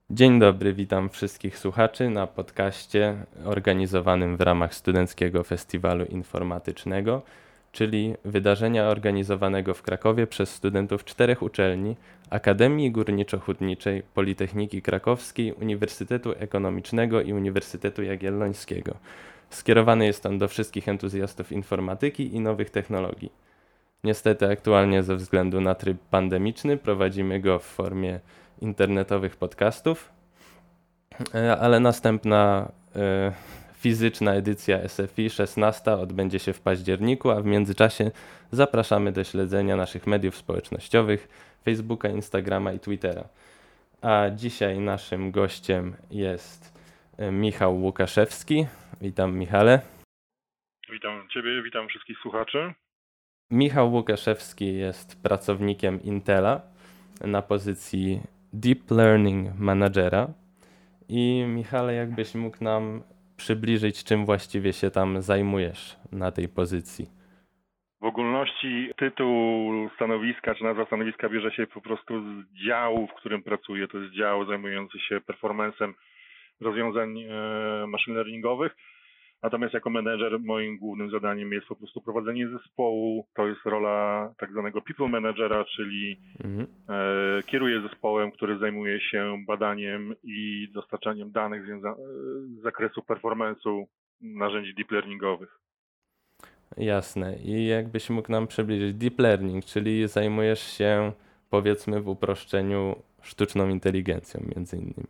Dzień dobry, witam wszystkich słuchaczy na podcaście organizowanym w ramach Studenckiego Festiwalu Informatycznego, czyli wydarzenia organizowanego w Krakowie przez studentów 4 uczelni: Akademii Górniczo-Hutniczej, Politechniki Krakowskiej, Uniwersytetu Ekonomicznego i Uniwersytetu Jagiellońskiego. Skierowany jest on do wszystkich entuzjastów informatyki i nowych technologii. Niestety aktualnie ze względu na tryb pandemiczny prowadzimy go w formie internetowych podcastów, ale następna fizyczna edycja SFI 16 odbędzie się w październiku, a w międzyczasie zapraszamy do śledzenia naszych mediów społecznościowych: Facebooka, Instagrama i Twittera. A dzisiaj naszym gościem jest Michał Łukaszewski. Witam, Michale. Witam Ciebie, witam wszystkich słuchaczy. Michał Łukaszewski jest pracownikiem Intela na pozycji Deep Learning Managera. I Michale, jakbyś mógł nam przybliżyć, czym właściwie się tam zajmujesz na tej pozycji? W ogólności tytuł stanowiska czy nazwa stanowiska bierze się po prostu z działu, w którym pracuję. To jest dział zajmujący się performance'em rozwiązań machine learningowych. Natomiast jako menedżer moim głównym zadaniem jest po prostu prowadzenie zespołu. To jest rola tak zwanego people managera, czyli Mhm. kieruję zespołem, który zajmuje się badaniem i dostarczaniem danych z zakresu performance'u narzędzi deep learningowych. Jasne. I jakbyś mógł nam przybliżyć deep learning, czyli zajmujesz się, powiedzmy w uproszczeniu, sztuczną inteligencją między innymi.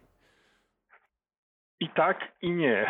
I tak, i nie.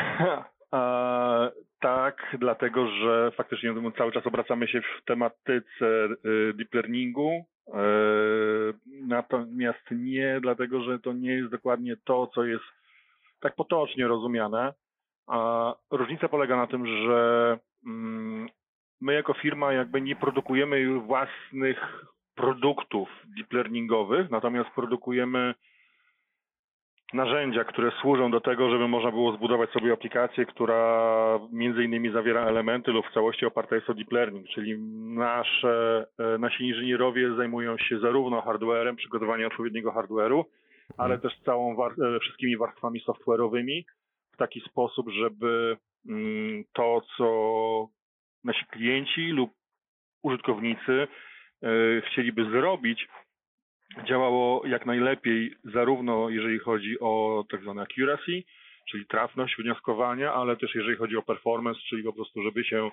Tak, dlatego że faktycznie cały czas obracamy się w tematyce deep learningu, natomiast nie dlatego, że to nie jest dokładnie to, co jest tak potocznie rozumiane. Różnica polega na tym, że my jako firma jakby nie produkujemy własnych produktów deep learningowych, natomiast produkujemy narzędzia, które służą do tego, żeby można było zbudować sobie aplikację, która między innymi zawiera elementy lub w całości oparta jest o deep learning, czyli nasi inżynierowie zajmują się zarówno hardwarem, przygotowaniem odpowiedniego hardware'u, ale Mhm. też wszystkimi warstwami software'owymi w taki sposób, żeby to, co nasi klienci lub użytkownicy chcieliby zrobić, działało jak najlepiej, zarówno jeżeli chodzi o tak zwane accuracy, czyli trafność wnioskowania, ale też jeżeli chodzi o performance, czyli po prostu, żeby się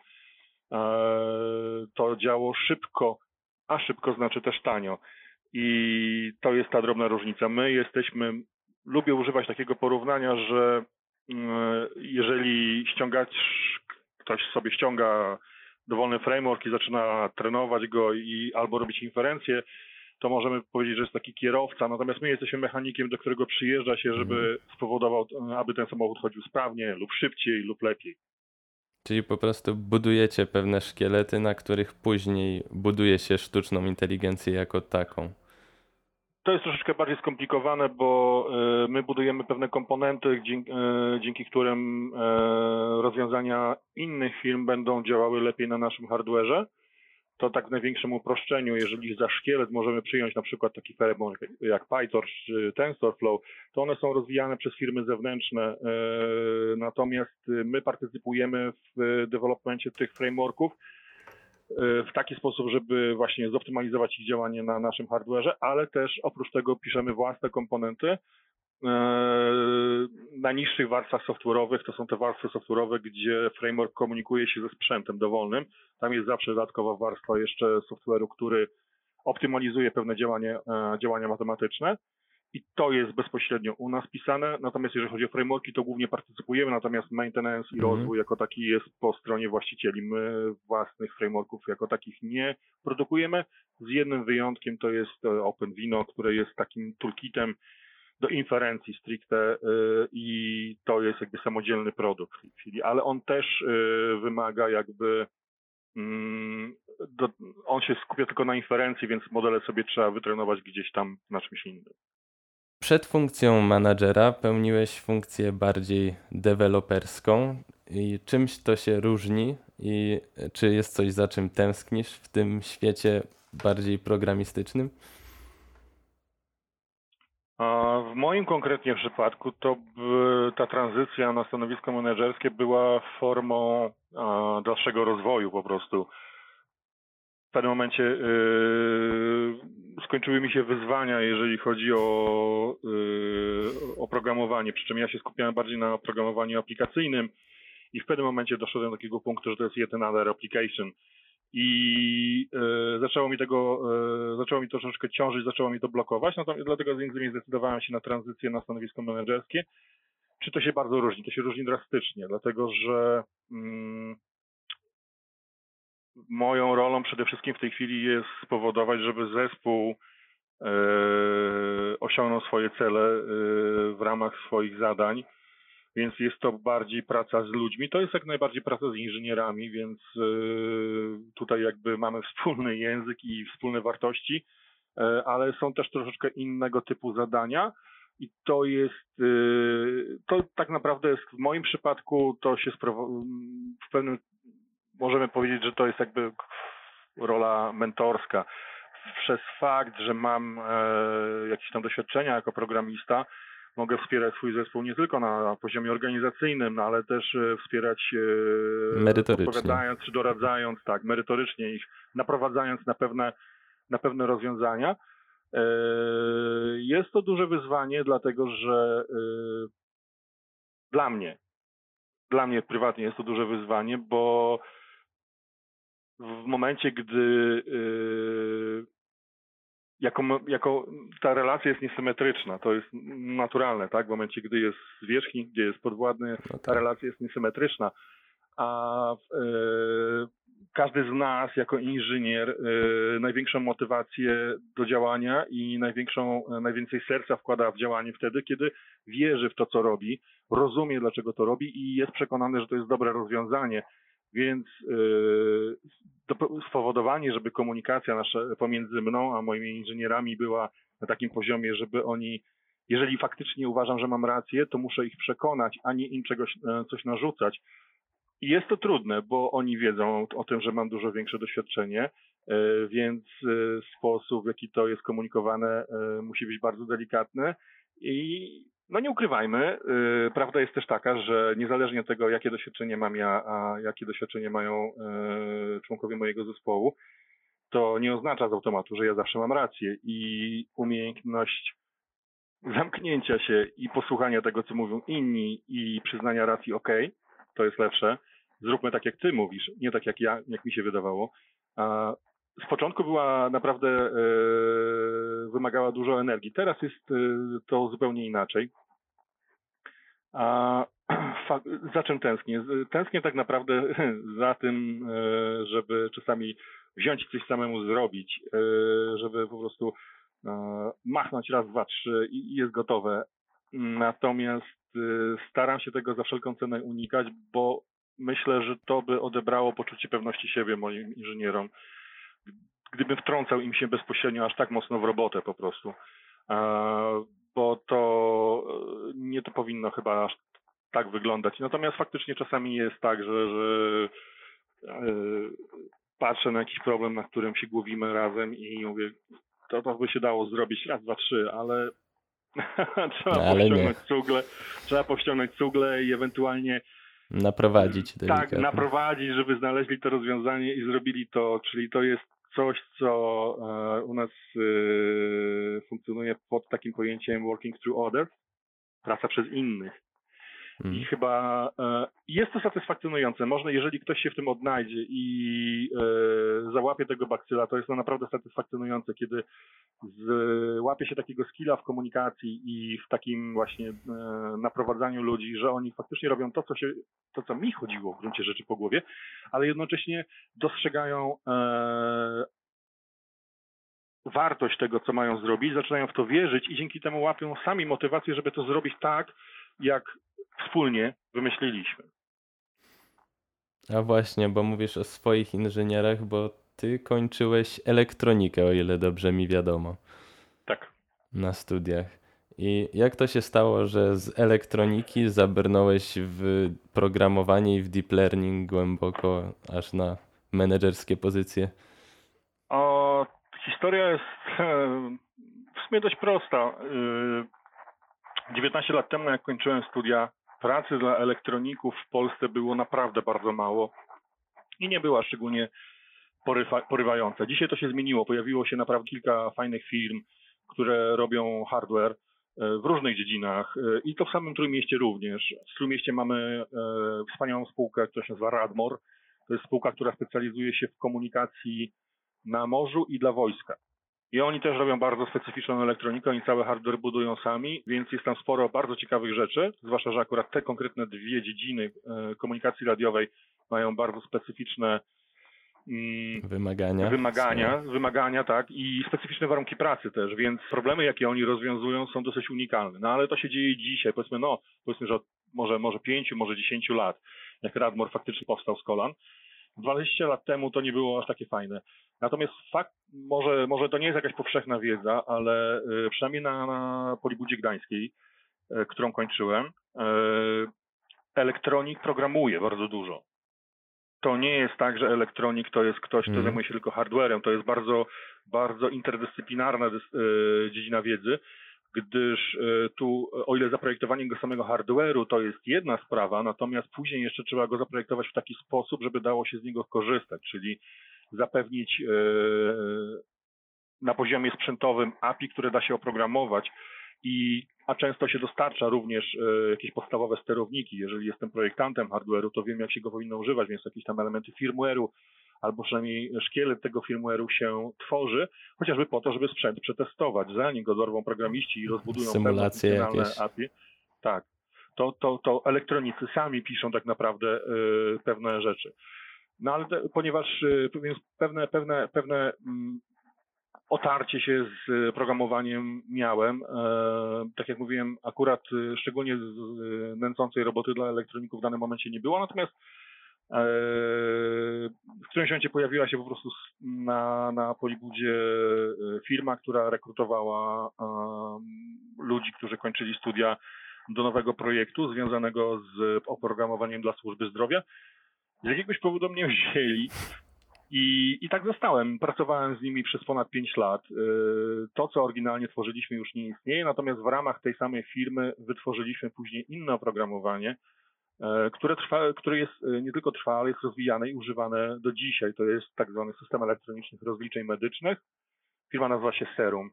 to działo szybko, a szybko znaczy też tanio. I to jest ta drobna różnica. Lubię używać takiego porównania, że jeżeli ktoś sobie ściąga dowolny framework i zaczyna trenować go albo robić inferencje, to możemy powiedzieć, że jest taki kierowca, natomiast my jesteśmy mechanikiem, do którego przyjeżdża się, Mhm. żeby spowodował, aby ten samochód chodził sprawnie lub szybciej lub lepiej. Czyli po prostu budujecie pewne szkielety, na których później buduje się sztuczną inteligencję jako taką. To jest troszeczkę bardziej skomplikowane, bo my budujemy pewne komponenty, dzięki którym rozwiązania innych firm będą działały lepiej na naszym hardwareze. To tak w największym uproszczeniu, jeżeli za szkielet możemy przyjąć na przykład taki framework jak PyTorch czy TensorFlow, to one są rozwijane przez firmy zewnętrzne, natomiast my partycypujemy w developmencie tych frameworków w taki sposób, żeby właśnie zoptymalizować ich działanie na naszym hardwareze, ale też oprócz tego piszemy własne komponenty na niższych warstwach software'owych. To są te warstwy software'owe, gdzie framework komunikuje się ze sprzętem dowolnym. Tam jest zawsze dodatkowa warstwa jeszcze software'u, który optymalizuje pewne działania matematyczne. I to jest bezpośrednio u nas pisane, natomiast jeżeli chodzi o frameworki, to głównie partycypujemy, natomiast maintenance i Mhm. rozwój jako taki jest po stronie właścicieli. My własnych frameworków jako takich nie produkujemy, z jednym wyjątkiem, to jest OpenVINO, które jest takim toolkitem do inferencji stricte i to jest jakby samodzielny produkt w tej chwili, ale on też wymaga jakby mm, on się skupia tylko na inferencji, więc modele sobie trzeba wytrenować gdzieś tam na czymś innym. Przed funkcją managera pełniłeś funkcję bardziej deweloperską. I czymś to się różni? I czy jest coś, za czym tęsknisz w tym świecie bardziej programistycznym? A w moim konkretnie przypadku ta tranzycja na stanowisko menedżerskie była formą dalszego rozwoju po prostu. W pewnym momencie skończyły mi się wyzwania, jeżeli chodzi o oprogramowanie, przy czym ja się skupiałem bardziej na oprogramowaniu aplikacyjnym i w pewnym momencie doszedłem do takiego punktu, że to jest yet another application i zaczęło mi to troszeczkę ciążyć, zaczęło mi to blokować, dlatego między innymi zdecydowałem się na tranzycję na stanowisko menedżerskie. Czy to się bardzo różni? To się różni drastycznie, dlatego że moją rolą przede wszystkim w tej chwili jest spowodować, żeby zespół osiągnął swoje cele w ramach swoich zadań, więc jest to bardziej praca z ludźmi. To jest jak najbardziej praca z inżynierami, więc tutaj jakby mamy wspólny język i wspólne wartości, ale są też troszeczkę innego typu zadania i to tak naprawdę jest w moim przypadku to się w pewnym możemy powiedzieć, że to jest jakby rola mentorska. Przez fakt, że mam jakieś tam doświadczenia jako programista, mogę wspierać swój zespół nie tylko na poziomie organizacyjnym, ale też wspierać podpowiadając czy doradzając, tak, merytorycznie ich, naprowadzając na pewne rozwiązania. Jest to duże wyzwanie, dlatego że dla mnie prywatnie jest to duże wyzwanie, bo w momencie, gdy jako ta relacja jest niesymetryczna, to jest naturalne, tak? W momencie, gdy jest zwierzchnik, gdzie jest podwładny, ta relacja jest niesymetryczna, a każdy z nas jako inżynier największą motywację do działania i najwięcej serca wkłada w działanie wtedy, kiedy wierzy w to, co robi, rozumie, dlaczego to robi i jest przekonany, że to jest dobre rozwiązanie. Więc spowodowanie, żeby komunikacja nasza pomiędzy mną a moimi inżynierami była na takim poziomie, żeby oni, jeżeli faktycznie uważam, że mam rację, to muszę ich przekonać, a nie im coś narzucać. I jest to trudne, bo oni wiedzą o tym, że mam dużo większe doświadczenie, więc sposób, w jaki to jest komunikowane, musi być bardzo delikatny i no nie ukrywajmy, prawda jest też taka, że niezależnie od tego, jakie doświadczenie mam ja, a jakie doświadczenie mają członkowie mojego zespołu, to nie oznacza z automatu, że ja zawsze mam rację i umiejętność zamknięcia się i posłuchania tego, co mówią inni i przyznania racji, to jest lepsze. Zróbmy tak, jak ty mówisz, nie tak jak mi się wydawało. Z początku była naprawdę, wymagała dużo energii. Teraz jest to zupełnie inaczej. Za czym tęsknię? Tęsknię tak naprawdę za tym, żeby czasami wziąć coś samemu zrobić, żeby po prostu machnąć raz, dwa, trzy i jest gotowe. Natomiast staram się tego za wszelką cenę unikać, bo myślę, że to by odebrało poczucie pewności siebie moim inżynierom, gdybym wtrącał im się bezpośrednio aż tak mocno w robotę po prostu. Bo to nie to powinno chyba aż tak wyglądać. Natomiast faktycznie czasami jest tak, że patrzę na jakiś problem, na którym się głowimy razem i mówię, to by się dało zrobić raz, dwa, trzy, ale trzeba powściągnąć cugle i ewentualnie naprowadzić delikatnie. Tak, naprowadzić, żeby znaleźli to rozwiązanie i zrobili to, czyli to jest coś, co u nas funkcjonuje pod takim pojęciem working through others, praca przez innych. I chyba jest to satysfakcjonujące. Można, jeżeli ktoś się w tym odnajdzie i załapie tego bakcyla, to jest to naprawdę satysfakcjonujące, kiedy łapie się takiego skilla w komunikacji i w takim właśnie naprowadzaniu ludzi, że oni faktycznie robią to, co mi chodziło w gruncie rzeczy po głowie, ale jednocześnie dostrzegają wartość tego, co mają zrobić, zaczynają w to wierzyć i dzięki temu łapią sami motywację, żeby to zrobić tak, jak wspólnie wymyśliliśmy. A właśnie, bo mówisz o swoich inżynierach, bo ty kończyłeś elektronikę, o ile dobrze mi wiadomo. Tak. Na studiach. I jak to się stało, że z elektroniki zabrnąłeś w programowanie i w deep learning głęboko, aż na menedżerskie pozycje? Historia jest w sumie dość prosta. 19 lat temu, jak kończyłem studia, pracy dla elektroników w Polsce było naprawdę bardzo mało i nie była szczególnie porywająca. Dzisiaj to się zmieniło. Pojawiło się naprawdę kilka fajnych firm, które robią hardware w różnych dziedzinach i to w samym Trójmieście również. W Trójmieście mamy wspaniałą spółkę, która się nazywa Radmor. To jest spółka, która specjalizuje się w komunikacji na morzu i dla wojska. I oni też robią bardzo specyficzną elektronikę, oni cały hardware budują sami, więc jest tam sporo bardzo ciekawych rzeczy, zwłaszcza, że akurat te konkretne dwie dziedziny komunikacji radiowej mają bardzo specyficzne wymagania, tak, i specyficzne warunki pracy też, więc problemy, jakie oni rozwiązują, są dosyć unikalne. No ale to się dzieje dzisiaj, powiedzmy, że od może 5, może 10 lat, jak Radmor faktycznie powstał z kolan. 20 lat temu to nie było aż takie fajne. Natomiast fakt, może to nie jest jakaś powszechna wiedza, ale przynajmniej na Polibudzie Gdańskiej, którą kończyłem, elektronik programuje bardzo dużo. To nie jest tak, że elektronik to jest ktoś, kto zajmuje się tylko hardwarem. To jest bardzo, bardzo interdyscyplinarna dziedzina wiedzy, gdyż tu, o ile zaprojektowanie go samego hardware'u to jest jedna sprawa, natomiast później jeszcze trzeba go zaprojektować w taki sposób, żeby dało się z niego korzystać, czyli zapewnić na poziomie sprzętowym API, które da się oprogramować, a często się dostarcza również jakieś podstawowe sterowniki. Jeżeli jestem projektantem hardware'u, to wiem, jak się go powinno używać, więc jakieś tam elementy firmware'u albo przynajmniej szkielet tego firmware'u się tworzy, chociażby po to, żeby sprzęt przetestować, zanim go dorwą programiści i rozbudują pewne funkcjonalne API. Tak, to elektronicy sami piszą tak naprawdę pewne rzeczy. No ale ponieważ pewne otarcie się z programowaniem miałem, tak jak mówiłem, akurat szczególnie nęcącej roboty dla elektroników w danym momencie nie było, natomiast w którymś momencie pojawiła się po prostu na Polibudzie firma, która rekrutowała ludzi, którzy kończyli studia do nowego projektu związanego z oprogramowaniem dla służby zdrowia. Z jakiegoś powodu mnie wzięli i tak zostałem. Pracowałem z nimi przez ponad 5 lat. To, co oryginalnie tworzyliśmy, już nie istnieje, natomiast w ramach tej samej firmy wytworzyliśmy później inne oprogramowanie, które jest nie tylko trwałe, ale jest rozwijane i używane do dzisiaj. To jest tak zwany system elektronicznych rozliczeń medycznych. Firma nazywa się Serum,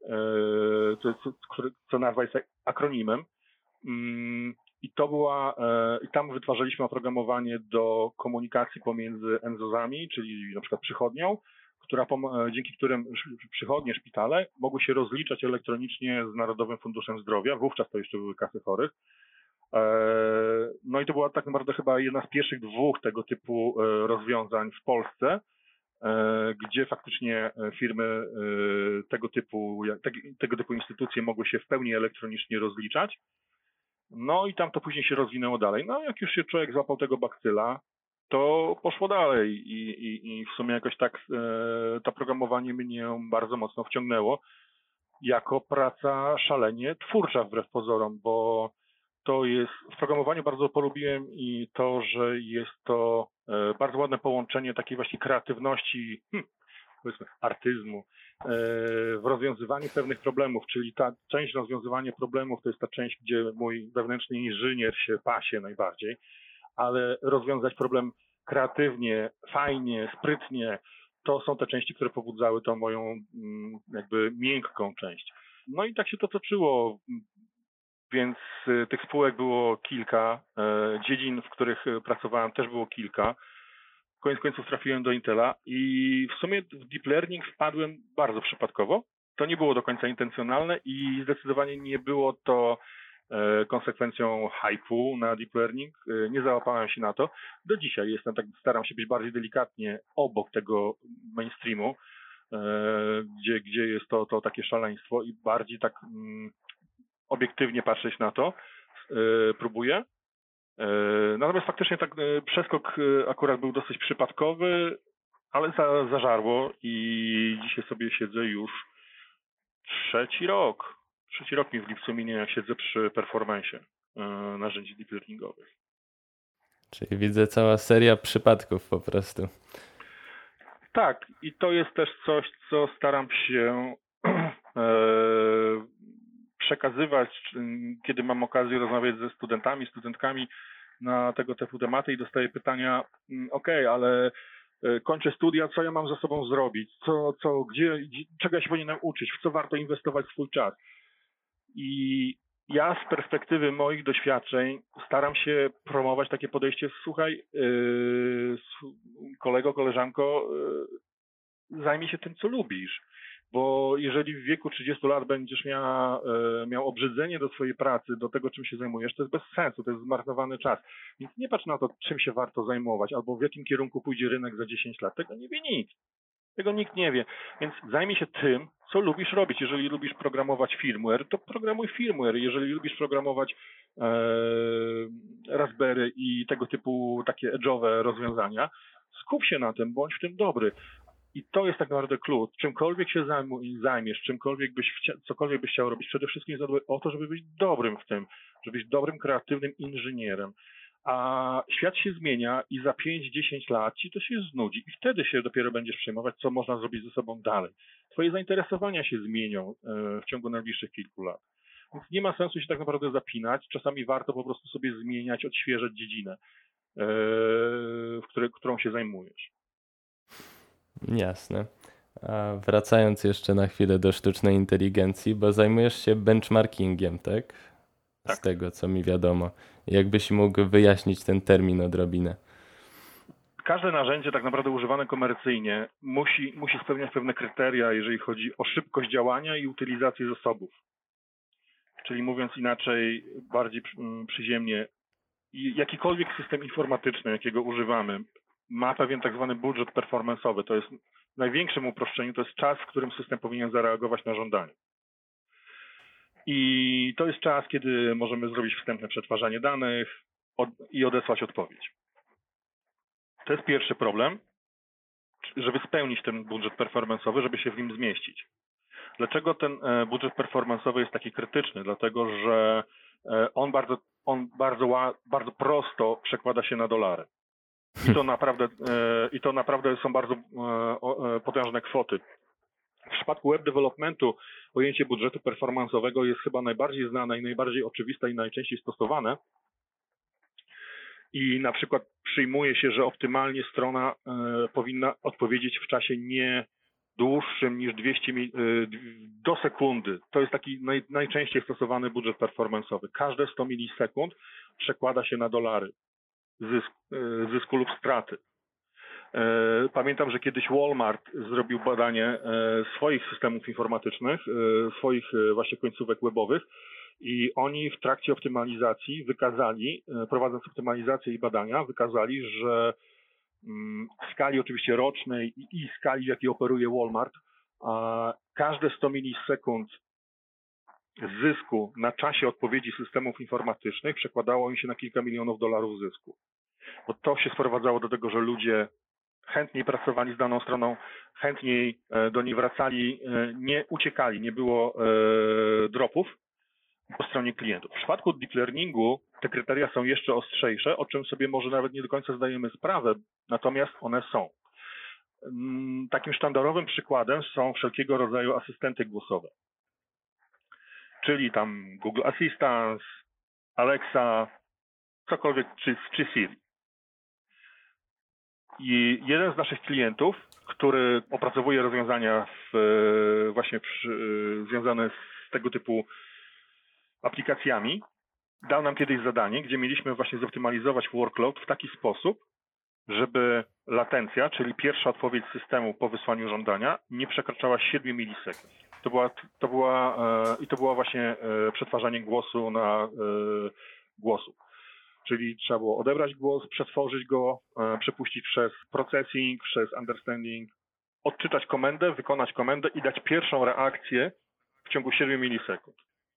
co nazwa jest akronimem. I tam wytwarzaliśmy oprogramowanie do komunikacji pomiędzy NZOZ-ami, czyli na przykład przychodnią, dzięki którym przychodnie, szpitale mogły się rozliczać elektronicznie z Narodowym Funduszem Zdrowia. Wówczas to jeszcze były kasy chorych. No i to była tak naprawdę chyba jedna z pierwszych 2 tego typu rozwiązań w Polsce, gdzie faktycznie firmy tego typu instytucje mogły się w pełni elektronicznie rozliczać. No i tam to później się rozwinęło dalej. No jak już się człowiek złapał tego bakcyla, to poszło dalej i w sumie jakoś tak to programowanie mnie bardzo mocno wciągnęło jako praca szalenie twórcza wbrew pozorom, bo to jest, w programowaniu bardzo polubiłem i to, że jest to bardzo ładne połączenie takiej właśnie kreatywności, powiedzmy artyzmu, w rozwiązywaniu pewnych problemów, czyli ta część rozwiązywania problemów to jest ta część, gdzie mój wewnętrzny inżynier się pasie najbardziej, ale rozwiązać problem kreatywnie, fajnie, sprytnie, to są te części, które pobudzały tą moją jakby miękką część. No i tak się to toczyło, więc tych spółek było kilka, dziedzin, w których pracowałem też było kilka. Koniec końców trafiłem do Intela i w sumie w deep learning wpadłem bardzo przypadkowo. To nie było do końca intencjonalne i zdecydowanie nie było to konsekwencją hype'u na deep learning. Nie załapałem się na to. Do dzisiaj staram się być bardziej delikatnie obok tego mainstreamu, gdzie jest to takie szaleństwo i bardziej tak obiektywnie patrzeć na to. Próbuję. Natomiast faktycznie tak przeskok akurat był dosyć przypadkowy, ale zażarło i dzisiaj sobie siedzę już trzeci rok mi w lipcu minie, jak siedzę przy performance'ie narzędzi deep learningowych. Czyli widzę cała seria przypadków po prostu. Tak, i to jest też coś, co staram się przekazywać, kiedy mam okazję rozmawiać ze studentami, studentkami na tego typu tematy i dostaję pytania, okej, ale kończę studia, co ja mam ze sobą zrobić, czego ja się powinienem uczyć, w co warto inwestować swój czas. I ja z perspektywy moich doświadczeń staram się promować takie podejście, słuchaj, kolego, koleżanko, zajmij się tym, co lubisz. Bo jeżeli w wieku 30 lat będziesz miał obrzydzenie do swojej pracy, do tego, czym się zajmujesz, to jest bez sensu, to jest zmarnowany czas. Więc nie patrz na to, czym się warto zajmować, albo w jakim kierunku pójdzie rynek za 10 lat. Tego nie wie nikt. Tego nikt nie wie. Więc zajmij się tym, co lubisz robić. Jeżeli lubisz programować firmware, to programuj firmware. Jeżeli lubisz programować Raspberry i tego typu takie edge'owe rozwiązania, skup się na tym, bądź w tym dobry. I to jest tak naprawdę klucz. Czymkolwiek się zajmiesz, cokolwiek byś chciał robić, przede wszystkim zadbaj o to, żeby być dobrym w tym, żeby być dobrym, kreatywnym inżynierem. A świat się zmienia i za 5-10 lat ci to się znudzi i wtedy się dopiero będziesz przejmować, co można zrobić ze sobą dalej. Twoje zainteresowania się zmienią w ciągu najbliższych kilku lat. Więc nie ma sensu się tak naprawdę zapinać. Czasami warto po prostu sobie zmieniać, odświeżać dziedzinę, którą się zajmujesz. Jasne. A wracając jeszcze na chwilę do sztucznej inteligencji, bo zajmujesz się benchmarkingiem, tak? Z tego, co mi wiadomo. Jakbyś mógł wyjaśnić ten termin odrobinę. Każde narzędzie tak naprawdę używane komercyjnie musi spełniać pewne kryteria, jeżeli chodzi o szybkość działania i utylizację zasobów. Czyli mówiąc inaczej, bardziej przyziemnie, jakikolwiek system informatyczny, jakiego używamy, ma pewien tak zwany budżet performance'owy. To jest w największym uproszczeniu, to jest czas, w którym system powinien zareagować na żądanie. I to jest czas, kiedy możemy zrobić wstępne przetwarzanie danych i odesłać odpowiedź. To jest pierwszy problem, żeby spełnić ten budżet performance'owy, żeby się w nim zmieścić. Dlaczego ten budżet performance'owy jest taki krytyczny? Dlatego, że on bardzo prosto przekłada się na dolary. I to naprawdę są bardzo potężne kwoty. W przypadku web developmentu pojęcie budżetu performance'owego jest chyba najbardziej znane i najbardziej oczywiste i najczęściej stosowane. I na przykład przyjmuje się, że optymalnie strona powinna odpowiedzieć w czasie nie dłuższym niż 200 do sekundy. To jest taki najczęściej stosowany budżet performance'owy. Każde 100 milisekund przekłada się na dolary zysku lub straty. Pamiętam, że kiedyś Walmart zrobił badanie swoich systemów informatycznych, swoich właśnie końcówek webowych i oni w trakcie optymalizacji wykazali, prowadząc optymalizację i badania, wykazali, że w skali oczywiście rocznej i skali, w jakiej operuje Walmart, każde 100 milisekund zysku na czasie odpowiedzi systemów informatycznych przekładało im się na kilka milionów dolarów zysku. Bo to się sprowadzało do tego, że ludzie chętniej pracowali z daną stroną, chętniej do niej wracali, nie uciekali, nie było dropów po stronie klientów. W przypadku deep learningu te kryteria są jeszcze ostrzejsze, o czym sobie może nawet nie do końca zdajemy sprawę, natomiast one są. Takim sztandarowym przykładem są wszelkiego rodzaju asystenty głosowe. Czyli tam Google Assistant, Alexa, cokolwiek, czy Siri. I jeden z naszych klientów, który opracowuje rozwiązania związane z tego typu aplikacjami, dał nam kiedyś zadanie, gdzie mieliśmy właśnie zoptymalizować workload w taki sposób, żeby latencja, czyli pierwsza odpowiedź systemu po wysłaniu żądania, nie przekraczała 7 milisekund. To było właśnie przetwarzanie głosu na głosu. Czyli trzeba było odebrać głos, przetworzyć go, przepuścić przez processing, przez understanding, odczytać komendę, wykonać komendę i dać pierwszą reakcję w ciągu 7 milisekund.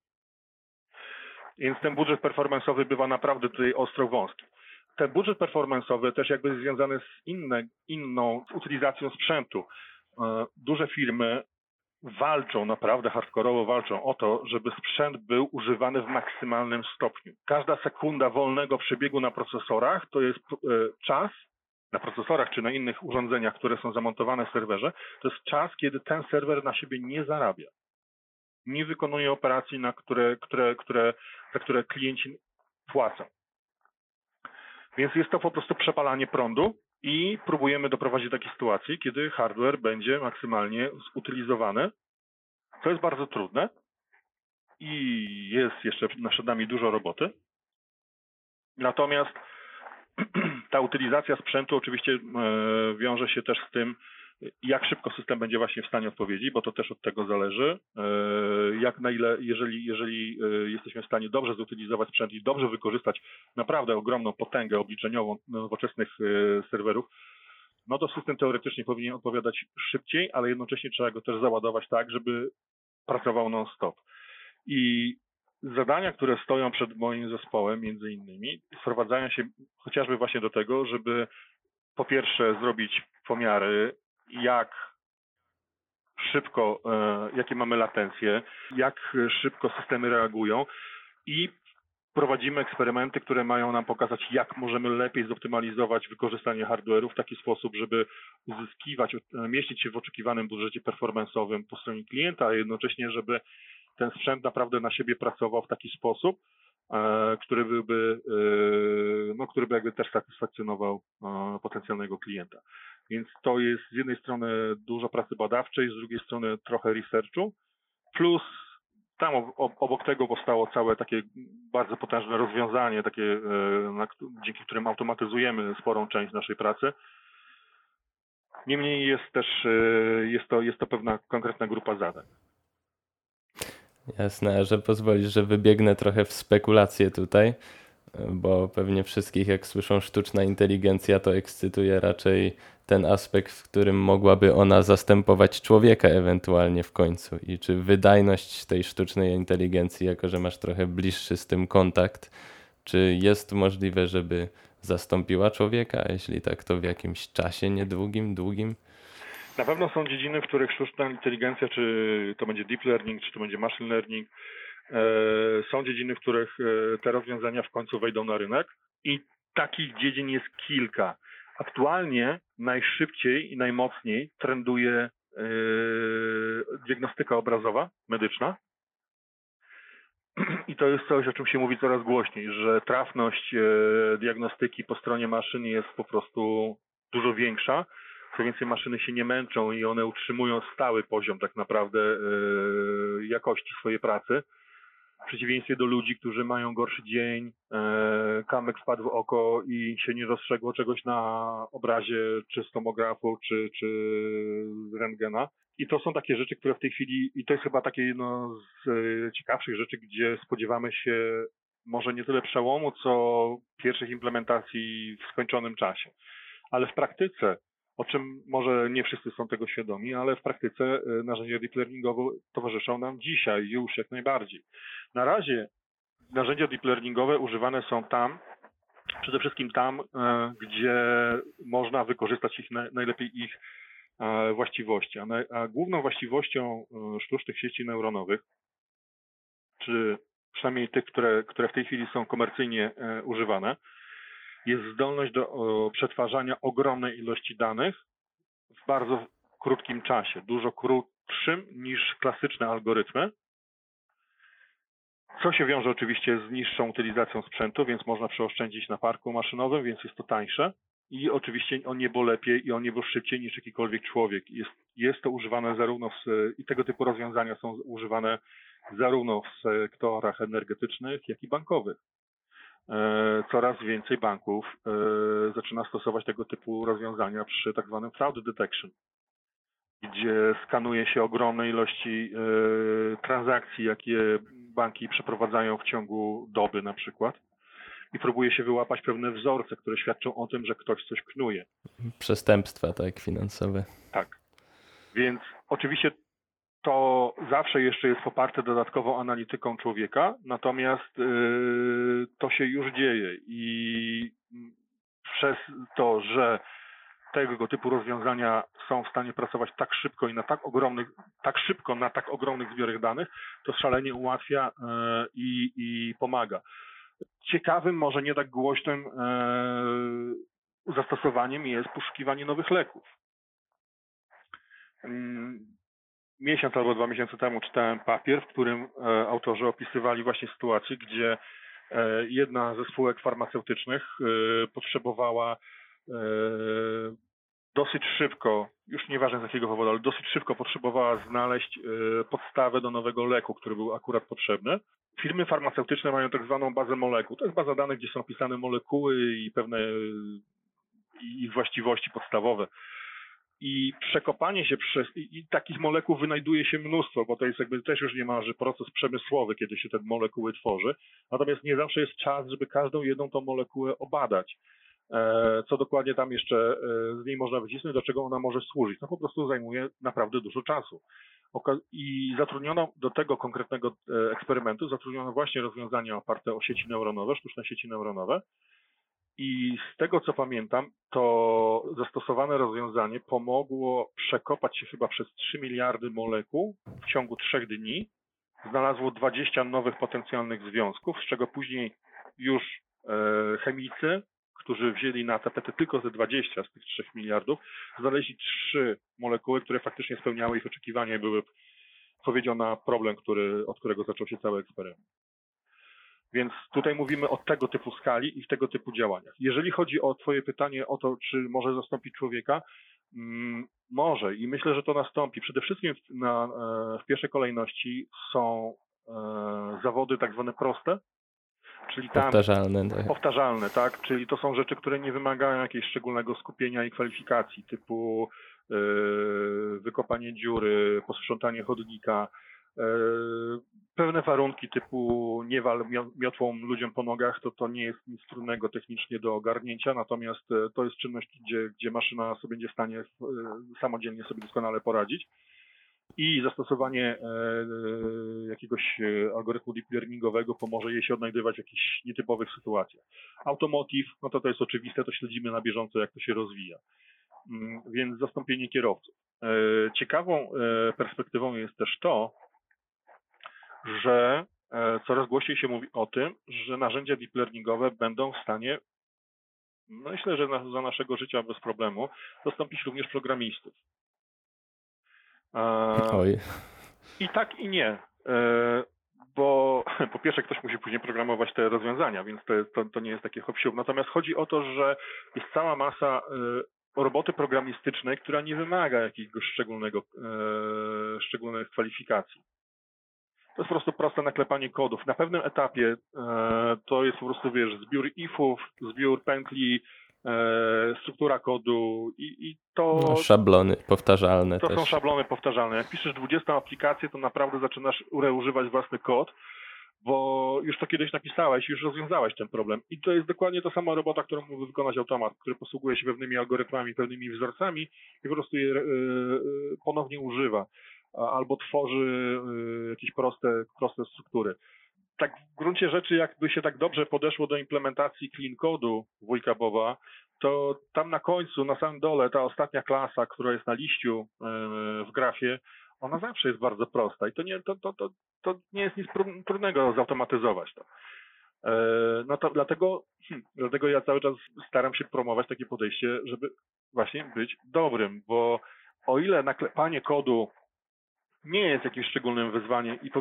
Więc ten budżet performance'owy bywa naprawdę tutaj ostro wąski. Ten budżet performance'owy też jakby związany z inną utylizacją sprzętu. Duże firmy naprawdę hardkorowo walczą o to, żeby sprzęt był używany w maksymalnym stopniu. Każda sekunda wolnego przebiegu na procesorach to jest czas, na procesorach czy na innych urządzeniach, które są zamontowane w serwerze, to jest czas, kiedy ten serwer na siebie nie zarabia. nie wykonuje operacji, za które klienci płacą. Więc jest to po prostu przepalanie prądu i próbujemy doprowadzić do takiej sytuacji, kiedy hardware będzie maksymalnie zutylizowany, co jest bardzo trudne i jest jeszcze przed nami dużo roboty. Natomiast ta utylizacja sprzętu oczywiście wiąże się też z tym, jak szybko system będzie właśnie w stanie odpowiedzieć, bo to też od tego zależy. Jak na ile, jeżeli jesteśmy w stanie dobrze zutylizować sprzęt i dobrze wykorzystać naprawdę ogromną potęgę obliczeniową nowoczesnych serwerów, no to system teoretycznie powinien odpowiadać szybciej, ale jednocześnie trzeba go też załadować tak, żeby pracował non-stop. I zadania, które stoją przed moim zespołem, między innymi, sprowadzają się chociażby właśnie do tego, żeby po pierwsze zrobić pomiary, jak szybko, jakie mamy latencje, jak szybko systemy reagują i prowadzimy eksperymenty, które mają nam pokazać, jak możemy lepiej zoptymalizować wykorzystanie hardware'u w taki sposób, żeby uzyskiwać, mieścić się w oczekiwanym budżecie performance'owym po stronie klienta, a jednocześnie, żeby ten sprzęt naprawdę na siebie pracował w taki sposób, który by jakby też satysfakcjonował potencjalnego klienta. Więc to jest z jednej strony dużo pracy badawczej, z drugiej strony trochę researchu, plus tam obok tego powstało całe takie bardzo potężne rozwiązanie, dzięki którym automatyzujemy sporą część naszej pracy. Niemniej jest to pewna konkretna grupa zadań. Jasne, a że pozwolisz, że wybiegnę trochę w spekulacje tutaj, bo pewnie wszystkich, jak słyszą sztuczna inteligencja, to ekscytuje raczej ten aspekt, w którym mogłaby ona zastępować człowieka ewentualnie w końcu. I czy wydajność tej sztucznej inteligencji, jako że masz trochę bliższy z tym kontakt, czy jest możliwe, żeby zastąpiła człowieka, a jeśli tak, to w jakimś czasie niedługim, długim? Na pewno są dziedziny, w których sztuczna inteligencja, czy to będzie deep learning, czy to będzie machine learning, są dziedziny, w których te rozwiązania w końcu wejdą na rynek i takich dziedzin jest kilka. Aktualnie najszybciej i najmocniej trenduje diagnostyka obrazowa, medyczna. I to jest coś, o czym się mówi coraz głośniej, że trafność diagnostyki po stronie maszyn jest po prostu dużo większa. Co więcej, maszyny się nie męczą i one utrzymują stały poziom tak naprawdę jakości swojej pracy. W przeciwieństwie do ludzi, którzy mają gorszy dzień, kamyk wpadł w oko i się nie dostrzegło czegoś na obrazie czy z tomografu, czy z rentgena. I to są takie rzeczy, które w tej chwili, i to jest chyba takie jedno z ciekawszych rzeczy, gdzie spodziewamy się może nie tyle przełomu, co pierwszych implementacji w skończonym czasie. Ale w praktyce, o czym może nie wszyscy są tego świadomi, ale w praktyce narzędzia deep learningowe towarzyszą nam dzisiaj już jak najbardziej. Na razie narzędzia deep learningowe używane są przede wszystkim tam, gdzie można wykorzystać najlepiej ich właściwości. A główną właściwością sztucznych sieci neuronowych, czy przynajmniej tych, które w tej chwili są komercyjnie używane, jest zdolność do przetwarzania ogromnej ilości danych w bardzo krótkim czasie, dużo krótszym niż klasyczne algorytmy, co się wiąże oczywiście z niższą utylizacją sprzętu, więc można przeoszczędzić na parku maszynowym, więc jest to tańsze i oczywiście o niebo lepiej i o niebo szybciej niż jakikolwiek człowiek. Jest to używane i tego typu rozwiązania są używane zarówno w sektorach energetycznych, jak i bankowych. Coraz więcej banków zaczyna stosować tego typu rozwiązania przy tak zwanym fraud detection, gdzie skanuje się ogromne ilości transakcji, jakie banki przeprowadzają w ciągu doby na przykład i próbuje się wyłapać pewne wzorce, które świadczą o tym, że ktoś coś knuje. Przestępstwa, tak, finansowe. Tak. Więc oczywiście to zawsze jeszcze jest poparte dodatkową analityką człowieka, natomiast to się już dzieje i przez to, że tego typu rozwiązania są w stanie pracować tak szybko i na tak ogromnych zbiorach danych, to szalenie ułatwia i pomaga. Ciekawym, może nie tak głośnym zastosowaniem jest poszukiwanie nowych leków. miesiąc albo 2 miesiące temu czytałem papier, w którym autorzy opisywali właśnie sytuację, gdzie jedna ze spółek farmaceutycznych potrzebowała dosyć szybko, już nieważne z jakiego powodu, ale dosyć szybko potrzebowała znaleźć podstawę do nowego leku, który był akurat potrzebny. Firmy farmaceutyczne mają tak zwaną bazę molekuł. To jest baza danych, gdzie są opisane molekuły i pewne ich właściwości podstawowe. I przekopanie się i takich molekuł wynajduje się mnóstwo, bo to jest jakby też już niemalże proces przemysłowy, kiedy się te molekuły tworzy. Natomiast nie zawsze jest czas, żeby każdą jedną tą molekułę obadać. Co dokładnie tam jeszcze z niej można wycisnąć, do czego ona może służyć. To po prostu zajmuje naprawdę dużo czasu. I zatrudniono do tego konkretnego eksperymentu, zatrudniono właśnie rozwiązania oparte o sieci neuronowe, sztuczne sieci neuronowe. I z tego co pamiętam, to zastosowane rozwiązanie pomogło przekopać się chyba przez 3 miliardy molekuł w ciągu 3 dni. Znalazło 20 nowych potencjalnych związków, z czego później już chemicy, którzy wzięli na tapetę tylko te 20 z tych 3 miliardów, znaleźli 3 molekuły, które faktycznie spełniały ich oczekiwania i były odpowiedzią na problem, od którego zaczął się cały eksperyment. Więc tutaj mówimy o tego typu skali i w tego typu działaniach. Jeżeli chodzi o twoje pytanie o to, czy może zastąpić człowieka, może i myślę, że to nastąpi. Przede wszystkim w pierwszej kolejności są zawody tak zwane proste, czyli powtarzalne, tak? Czyli to są rzeczy, które nie wymagają jakiegoś szczególnego skupienia i kwalifikacji, typu wykopanie dziury, posprzątanie chodnika, pewne warunki typu nie wal miotłą ludziom po nogach, to nie jest nic trudnego technicznie do ogarnięcia, natomiast to jest czynność, gdzie maszyna sobie będzie w stanie samodzielnie sobie doskonale poradzić. I zastosowanie jakiegoś algorytmu deep learningowego pomoże jej się odnajdywać w jakichś nietypowych sytuacjach. Automotive, no to jest oczywiste, to śledzimy na bieżąco, jak to się rozwija. Więc zastąpienie kierowców. Ciekawą perspektywą jest też to, że coraz głośniej się mówi o tym, że narzędzia deep learningowe będą w stanie, myślę, że za naszego życia bez problemu, zastąpić również programistów. Oj. I tak i nie, bo po pierwsze ktoś musi później programować te rozwiązania, więc to nie jest takie hop-siup. Natomiast chodzi o to, że jest cała masa roboty programistycznej, która nie wymaga jakiegoś szczególnych kwalifikacji. To jest po prostu proste naklepanie kodów. Na pewnym etapie to jest po prostu, zbiór ifów, zbiór pętli, struktura kodu i to... No, szablony powtarzalne to też. są szablony powtarzalne. Jak piszesz 20 aplikację, to naprawdę zaczynasz używać własny kod, bo już to kiedyś napisałeś, już rozwiązałeś ten problem. I to jest dokładnie ta sama robota, którą mógł wykonać automat, który posługuje się pewnymi algorytmami, pewnymi wzorcami i po prostu je ponownie używa. Albo tworzy jakieś proste struktury. Tak w gruncie rzeczy, jakby się tak dobrze podeszło do implementacji clean code'u wujka Boba, to tam na końcu, na samym dole, ta ostatnia klasa, która jest na liściu w grafie, ona zawsze jest bardzo prosta i to nie jest nic trudnego zautomatyzować to. No to dlatego ja cały czas staram się promować takie podejście, żeby właśnie być dobrym, bo o ile naklepanie kodu nie jest jakimś szczególnym wyzwaniem i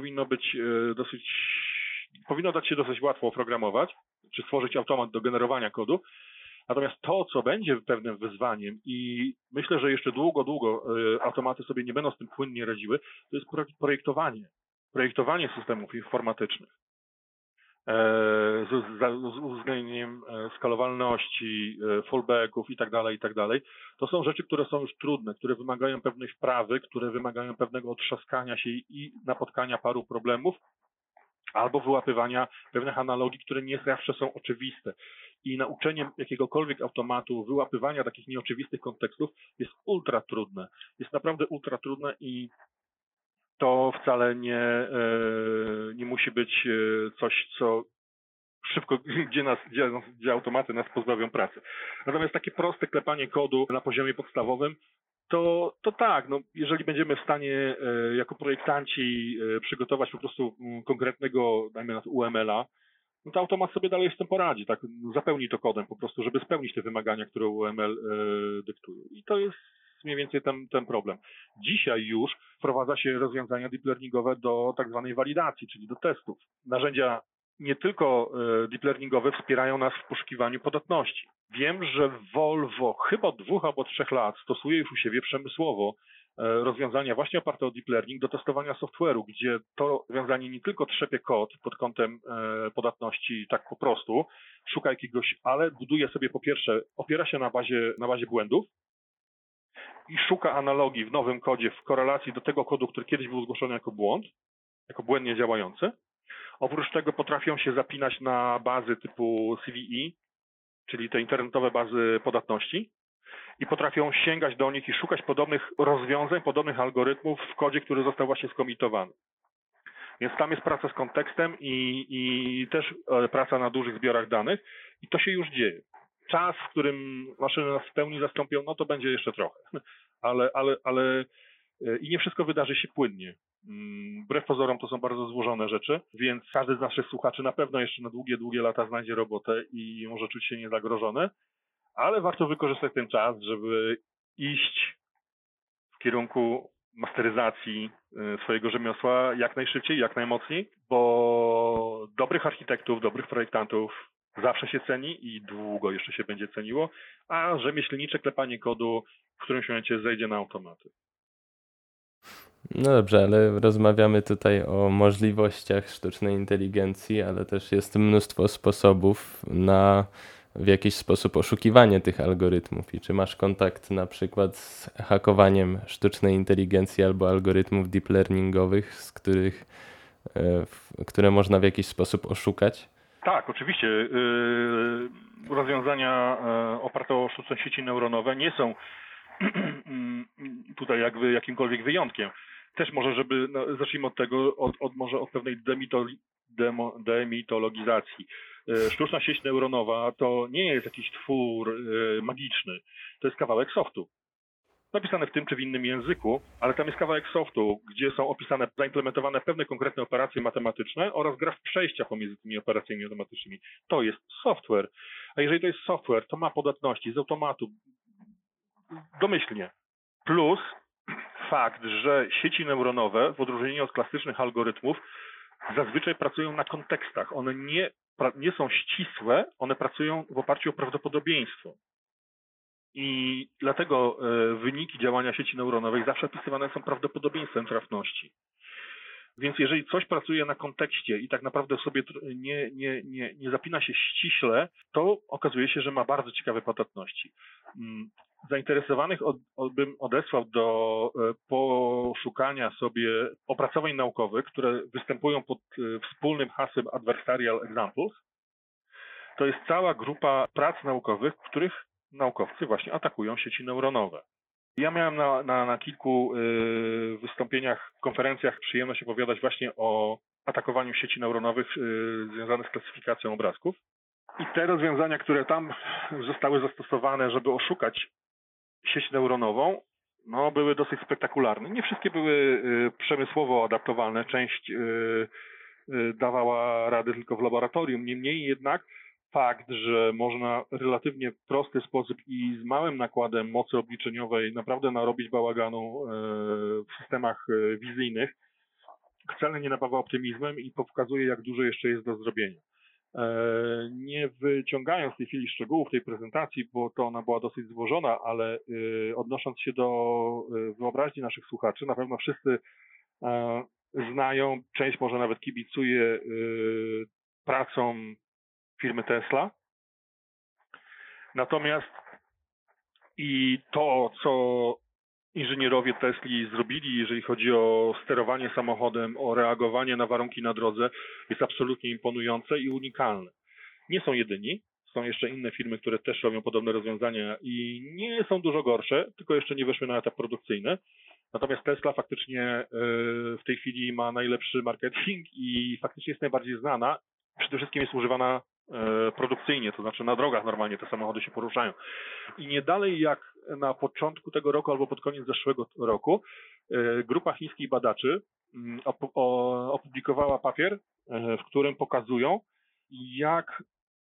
powinno dać się dosyć łatwo oprogramować, czy stworzyć automat do generowania kodu. Natomiast to, co będzie pewnym wyzwaniem i myślę, że jeszcze długo automaty sobie nie będą z tym płynnie radziły, to jest projektowanie systemów informatycznych. Z uwzględnieniem skalowalności, fallbacków i tak dalej. To są rzeczy, które są już trudne, które wymagają pewnej wprawy, które wymagają pewnego otrzaskania się i napotkania paru problemów, albo wyłapywania pewnych analogii, które nie zawsze są oczywiste. I nauczenie jakiegokolwiek automatu, wyłapywania takich nieoczywistych kontekstów jest ultra trudne. Jest naprawdę ultra trudne i to wcale nie musi być coś, co szybko, gdzie automaty nas pozbawią pracy. Natomiast takie proste klepanie kodu na poziomie podstawowym, to tak, no, jeżeli będziemy w stanie jako projektanci przygotować po prostu konkretnego, dajmy na to UML-a, no to automat sobie dalej z tym poradzi, zapełni to kodem po prostu, żeby spełnić te wymagania, które UML dyktuje. I to jest jest mniej więcej ten problem. Dzisiaj już wprowadza się rozwiązania deep learningowe do tak zwanej walidacji, czyli do testów. Narzędzia nie tylko deep learningowe wspierają nas w poszukiwaniu podatności. Wiem, że Volvo chyba od 2 albo 3 lat stosuje już u siebie przemysłowo rozwiązania właśnie oparte o deep learning do testowania software'u, gdzie to rozwiązanie nie tylko trzepie kod pod kątem podatności tak po prostu, szuka jakiegoś, ale buduje sobie po pierwsze, opiera się na bazie błędów i szuka analogii w nowym kodzie w korelacji do tego kodu, który kiedyś był zgłoszony jako błąd, jako błędnie działający. Oprócz tego potrafią się zapinać na bazy typu CVE, czyli te internetowe bazy podatności, i potrafią sięgać do nich i szukać podobnych rozwiązań, podobnych algorytmów w kodzie, który został właśnie skomitowany. Więc tam jest praca z kontekstem i też praca na dużych zbiorach danych i to się już dzieje. Czas, w którym maszyny nas w pełni zastąpią, no to będzie jeszcze trochę, ale i nie wszystko wydarzy się płynnie. Wbrew pozorom to są bardzo złożone rzeczy, więc każdy z naszych słuchaczy na pewno jeszcze na długie lata znajdzie robotę i może czuć się niezagrożony, ale warto wykorzystać ten czas, żeby iść w kierunku masteryzacji swojego rzemiosła jak najszybciej, jak najmocniej, bo dobrych architektów, dobrych projektantów zawsze się ceni i długo jeszcze się będzie ceniło, a rzemieślnicze klepanie kodu w którymś momencie zejdzie na automaty. No dobrze, ale rozmawiamy tutaj o możliwościach sztucznej inteligencji, ale też jest mnóstwo sposobów na w jakiś sposób oszukiwanie tych algorytmów. I czy masz kontakt na przykład z hakowaniem sztucznej inteligencji albo algorytmów deep learningowych, które można w jakiś sposób oszukać? Tak, oczywiście. Rozwiązania oparte o sztuczne sieci neuronowe nie są tutaj jakby jakimkolwiek wyjątkiem. Też może, zacznijmy od tego, może od pewnej demitologizacji. Sztuczna sieć neuronowa to nie jest jakiś twór magiczny, to jest kawałek softu. Napisane w tym czy w innym języku, ale tam jest kawałek softu, gdzie są opisane, zaimplementowane pewne konkretne operacje matematyczne oraz graf przejścia pomiędzy tymi operacjami matematycznymi. To jest software. A jeżeli to jest software, to ma podatności z automatu, domyślnie. Plus fakt, że sieci neuronowe, w odróżnieniu od klasycznych algorytmów, zazwyczaj pracują na kontekstach. One nie są ścisłe, one pracują w oparciu o prawdopodobieństwo. I dlatego wyniki działania sieci neuronowej zawsze opisywane są prawdopodobieństwem trafności. Więc jeżeli coś pracuje na kontekście i tak naprawdę sobie nie zapina się ściśle, to okazuje się, że ma bardzo ciekawe podatności. Zainteresowanych bym odesłał do poszukania sobie opracowań naukowych, które występują pod wspólnym hasłem Adversarial Examples. To jest cała grupa prac naukowych, w których naukowcy właśnie atakują sieci neuronowe. Ja miałem na kilku wystąpieniach, konferencjach przyjemność opowiadać właśnie o atakowaniu sieci neuronowych związanych z klasyfikacją obrazków. I te rozwiązania, które tam zostały zastosowane, żeby oszukać sieć neuronową, no, były dosyć spektakularne. Nie wszystkie były przemysłowo adaptowalne, część dawała radę tylko w laboratorium. Niemniej jednak fakt, że można w relatywnie prosty sposób i z małym nakładem mocy obliczeniowej naprawdę narobić bałaganu w systemach wizyjnych, wcale nie napawa optymizmem i pokazuje, jak dużo jeszcze jest do zrobienia. Nie wyciągając w tej chwili szczegółów tej prezentacji, bo to ona była dosyć złożona, ale odnosząc się do wyobraźni naszych słuchaczy, na pewno wszyscy znają, część może nawet kibicuje pracą firmy Tesla. Natomiast i to, co inżynierowie Tesli zrobili, jeżeli chodzi o sterowanie samochodem, o reagowanie na warunki na drodze, jest absolutnie imponujące i unikalne. Nie są jedyni, są jeszcze inne firmy, które też robią podobne rozwiązania i nie są dużo gorsze, tylko jeszcze nie weszły na etap produkcyjny. Natomiast Tesla faktycznie w tej chwili ma najlepszy marketing i faktycznie jest najbardziej znana. Przede wszystkim jest używana produkcyjnie, to znaczy na drogach normalnie te samochody się poruszają. I nie dalej jak na początku tego roku albo pod koniec zeszłego roku grupa chińskich badaczy opublikowała papier, w którym pokazują, jak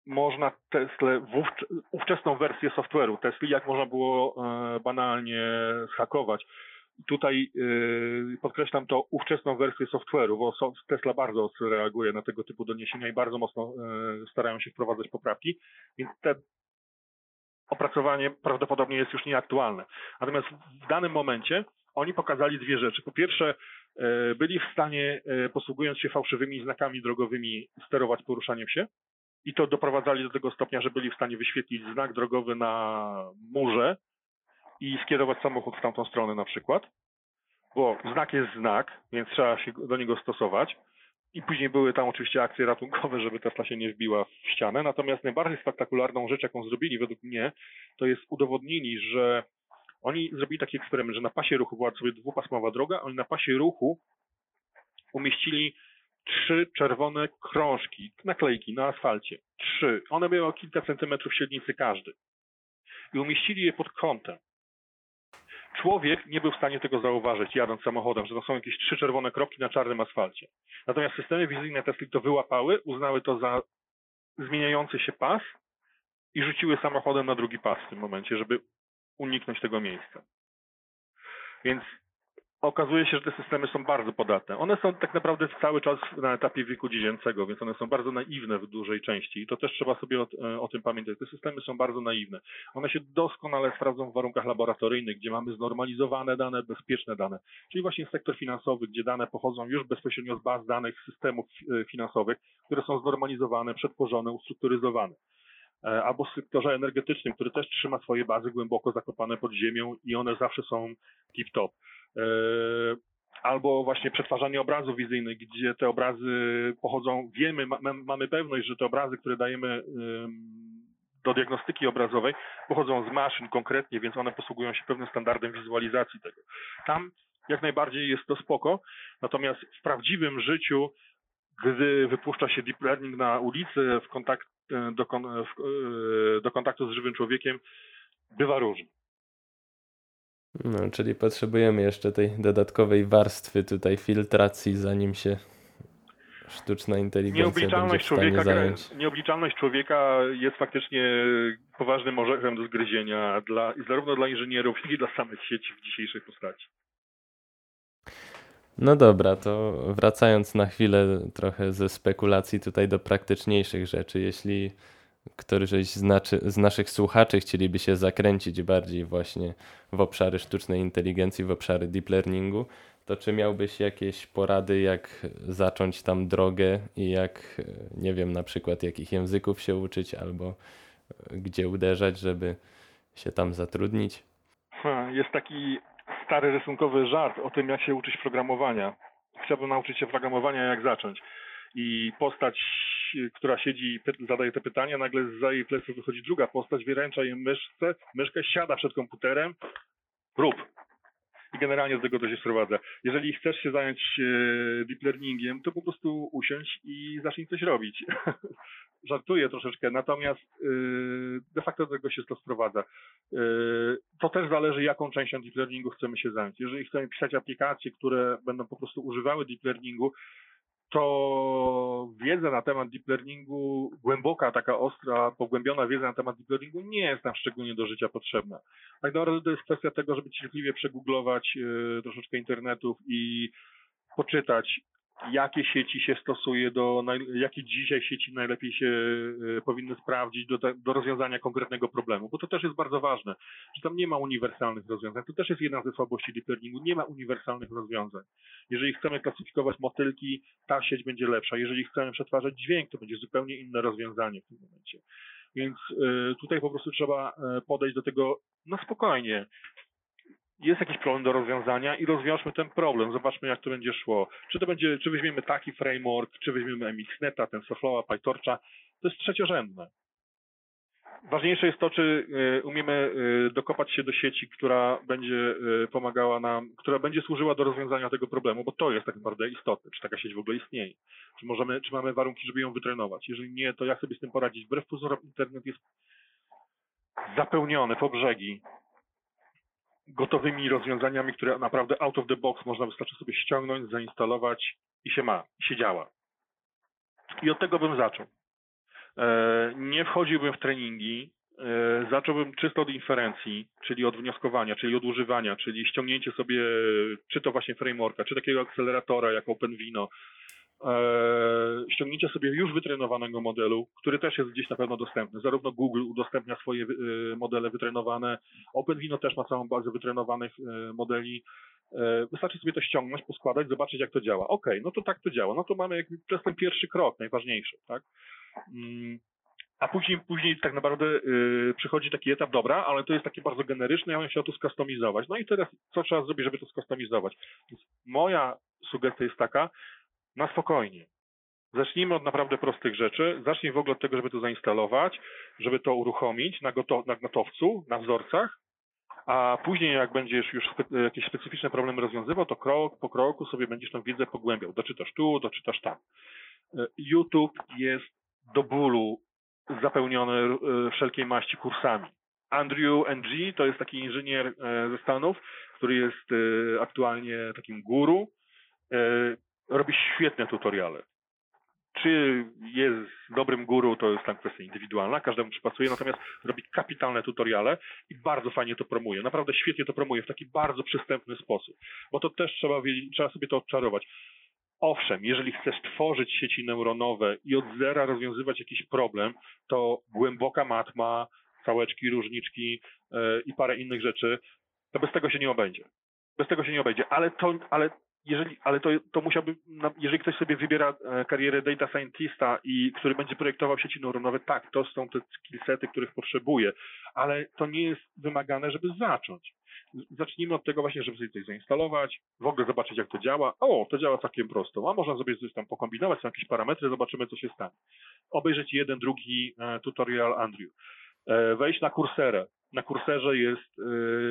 można Teslę, ówczesną wersję software'u Tesli, jak można było banalnie zhakować. Tutaj podkreślam to ówczesną wersję software'u, bo Tesla bardzo ostro reaguje na tego typu doniesienia i bardzo mocno starają się wprowadzać poprawki, więc te opracowanie prawdopodobnie jest już nieaktualne. Natomiast w danym momencie oni pokazali dwie rzeczy. Po pierwsze, byli w stanie, posługując się fałszywymi znakami drogowymi, sterować poruszaniem się i to doprowadzali do tego stopnia, że byli w stanie wyświetlić znak drogowy na murze i skierować samochód w tamtą stronę na przykład, bo znak jest znak, więc trzeba się do niego stosować. I później były tam oczywiście akcje ratunkowe, żeby Tesla się nie wbiła w ścianę. Natomiast najbardziej spektakularną rzecz, jaką zrobili według mnie, to jest udowodnili, że oni zrobili taki eksperyment, że na pasie ruchu była sobie dwupasmowa droga, oni na pasie ruchu umieścili 3 czerwone krążki, naklejki na asfalcie. 3. One miały kilka centymetrów średnicy każdy. I umieścili je pod kątem. Człowiek nie był w stanie tego zauważyć, jadąc samochodem, że to są jakieś 3 czerwone kropki na czarnym asfalcie. Natomiast systemy wizyjne Tesli to wyłapały, uznały to za zmieniający się pas i rzuciły samochodem na drugi pas w tym momencie, żeby uniknąć tego miejsca. Więc okazuje się, że te systemy są bardzo podatne. One są tak naprawdę cały czas na etapie wieku dziecięcego, więc one są bardzo naiwne w dużej części i to też trzeba sobie o tym pamiętać. Te systemy są bardzo naiwne. One się doskonale sprawdzą w warunkach laboratoryjnych, gdzie mamy znormalizowane dane, bezpieczne dane, czyli właśnie sektor finansowy, gdzie dane pochodzą już bezpośrednio z baz danych systemów finansowych, które są znormalizowane, przetworzone, ustrukturyzowane. Albo w sektorze energetycznym, który też trzyma swoje bazy głęboko zakopane pod ziemią i one zawsze są tip-top. Albo właśnie przetwarzanie obrazów wizyjnych, gdzie te obrazy pochodzą, wiemy, mamy pewność, że te obrazy, które dajemy do diagnostyki obrazowej, pochodzą z maszyn konkretnie, więc one posługują się pewnym standardem wizualizacji tego. Tam jak najbardziej jest to spoko, natomiast w prawdziwym życiu, gdy wypuszcza się deep learning na ulicy do kontaktu z żywym człowiekiem, bywa różnie. No, czyli potrzebujemy jeszcze tej dodatkowej warstwy tutaj filtracji, zanim się sztuczna inteligencja będzie w stanie zająć. Nieobliczalność człowieka jest faktycznie poważnym orzechem do zgryzienia zarówno dla inżynierów, jak i dla samych sieci w dzisiejszej postaci. No dobra, to wracając na chwilę trochę ze spekulacji tutaj do praktyczniejszych rzeczy. Jeśli któryś z naszych słuchaczy chcieliby się zakręcić bardziej właśnie w obszary sztucznej inteligencji, w obszary deep learningu, to czy miałbyś jakieś porady, jak zacząć tam drogę i jak, nie wiem, na przykład jakich języków się uczyć albo gdzie uderzać, żeby się tam zatrudnić? Jest taki stary rysunkowy żart o tym, jak się uczyć programowania. Chciałbym nauczyć się programowania, jak zacząć. I postać, która siedzi i zadaje te pytania, nagle zza jej pleców wychodzi druga postać, wyręcza jej myszkę, siada przed komputerem, rób. I generalnie do tego to się sprowadza. Jeżeli chcesz się zająć deep learningiem, to po prostu usiądź i zacznij coś robić. Żartuję troszeczkę, natomiast de facto do tego się to sprowadza. To też zależy, jaką częścią deep learningu chcemy się zająć. Jeżeli chcemy pisać aplikacje, które będą po prostu używały deep learningu, to wiedza na temat deep learningu, głęboka, taka ostra, pogłębiona wiedza na temat deep learningu nie jest nam szczególnie do życia potrzebna. Tak naprawdę to jest kwestia tego, żeby cierpliwie przegooglować troszeczkę internetów i poczytać, jakie sieci się stosuje, jakie dzisiaj sieci najlepiej się powinny sprawdzić do rozwiązania konkretnego problemu, bo to też jest bardzo ważne, że tam nie ma uniwersalnych rozwiązań. To też jest jedna ze słabości deep learningu, nie ma uniwersalnych rozwiązań. Jeżeli chcemy klasyfikować motylki, ta sieć będzie lepsza. Jeżeli chcemy przetwarzać dźwięk, to będzie zupełnie inne rozwiązanie w tym momencie. Więc tutaj po prostu trzeba podejść do tego na spokojnie. Jest jakiś problem do rozwiązania i rozwiążmy ten problem. Zobaczmy, jak to będzie szło. Czy weźmiemy taki framework, czy weźmiemy MXNeta, TensorFlowa, PyTorcha. To jest trzeciorzędne. Ważniejsze jest to, czy umiemy dokopać się do sieci, która będzie pomagała nam, która będzie służyła do rozwiązania tego problemu, bo to jest tak naprawdę istotne. Czy taka sieć w ogóle istnieje? Czy mamy warunki, żeby ją wytrenować? Jeżeli nie, to jak sobie z tym poradzić? Wbrew pozorom internet jest zapełniony po brzegi gotowymi rozwiązaniami, które naprawdę out of the box wystarczy sobie ściągnąć, zainstalować i się działa. I od tego bym zaczął. Nie wchodziłbym w treningi, zacząłbym czysto od inferencji, czyli od wnioskowania, czyli od używania, czyli ściągnięcie sobie czy to właśnie frameworka, czy takiego akceleratora jak OpenVino, ściągnięcie sobie już wytrenowanego modelu, który też jest gdzieś na pewno dostępny. Zarówno Google udostępnia swoje modele wytrenowane, OpenVino też ma całą bazę wytrenowanych modeli. Wystarczy sobie to ściągnąć, poskładać, zobaczyć jak to działa. Okej, no to tak to działa. No to mamy jakby przez ten pierwszy krok, najważniejszy, tak? A później tak naprawdę przychodzi taki etap, dobra, ale to jest takie bardzo generyczne, ja bym chciał to skustomizować. No i teraz co trzeba zrobić, żeby to skustomizować? Więc moja sugestia jest taka, na spokojnie. Zacznijmy od naprawdę prostych rzeczy. Zacznij w ogóle od tego, żeby to zainstalować, żeby to uruchomić na gotowcu, na wzorcach, a później jak będziesz już jakieś specyficzne problemy rozwiązywał, to krok po kroku sobie będziesz tą wiedzę pogłębiał. Doczytasz tu, doczytasz tam. YouTube jest do bólu zapełniony wszelkiej maści kursami. Andrew Ng to jest taki inżynier ze Stanów, który jest aktualnie takim guru. Robi świetne tutoriale. Czy jest dobrym guru, to jest tam kwestia indywidualna, każdemu przypasuje, natomiast robi kapitalne tutoriale i bardzo fajnie to promuje. Naprawdę świetnie to promuje w taki bardzo przystępny sposób, bo to też trzeba sobie to odczarować. Owszem, jeżeli chcesz tworzyć sieci neuronowe i od zera rozwiązywać jakiś problem, to głęboka matma, całeczki, różniczki i parę innych rzeczy, to bez tego się nie obędzie. Bez tego się nie obędzie, ale to musiałby, jeżeli ktoś sobie wybiera karierę data scientista i który będzie projektował sieci neuronowe, tak, to są te skillsety, których potrzebuje, ale to nie jest wymagane, żeby zacząć. Zacznijmy od tego właśnie, żeby sobie coś zainstalować, w ogóle zobaczyć jak to działa. O, to działa całkiem prosto, a można sobie coś tam pokombinować, są jakieś parametry, zobaczymy co się stanie. Obejrzeć jeden, drugi tutorial Andrew. Wejść na Courserę. Na Courserze jest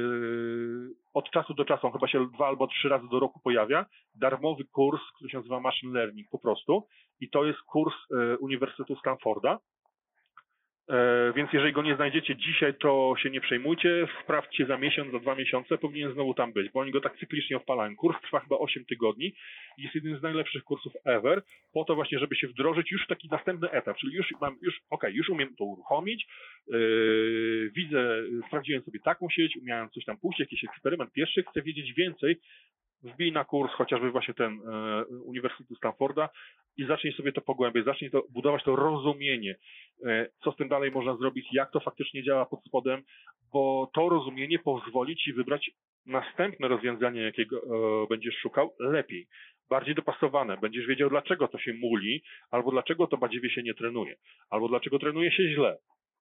od czasu do czasu, on chyba się 2 albo 3 razy do roku pojawia, darmowy kurs, który się nazywa Machine Learning po prostu i to jest kurs Uniwersytetu Stanforda. Więc jeżeli go nie znajdziecie dzisiaj, to się nie przejmujcie, sprawdźcie za miesiąc, za 2 miesiące, powinien znowu tam być, bo oni go tak cyklicznie odpalają. Kurs trwa chyba 8 tygodni i jest jednym z najlepszych kursów ever, po to właśnie, żeby się wdrożyć już w taki następny etap, czyli już umiem to uruchomić, widzę, sprawdziłem sobie taką sieć, umiałem coś tam puścić, jakiś eksperyment pierwszy, chcę wiedzieć więcej, wbij na kurs chociażby właśnie ten Uniwersytetu Stanforda i zacznij sobie to pogłębiać, zacznij to budować to rozumienie, co z tym dalej można zrobić, jak to faktycznie działa pod spodem, bo to rozumienie pozwoli ci wybrać następne rozwiązanie, jakiego będziesz szukał, lepiej, bardziej dopasowane, będziesz wiedział, dlaczego to się muli, albo dlaczego to badziewie się nie trenuje, albo dlaczego trenuje się źle.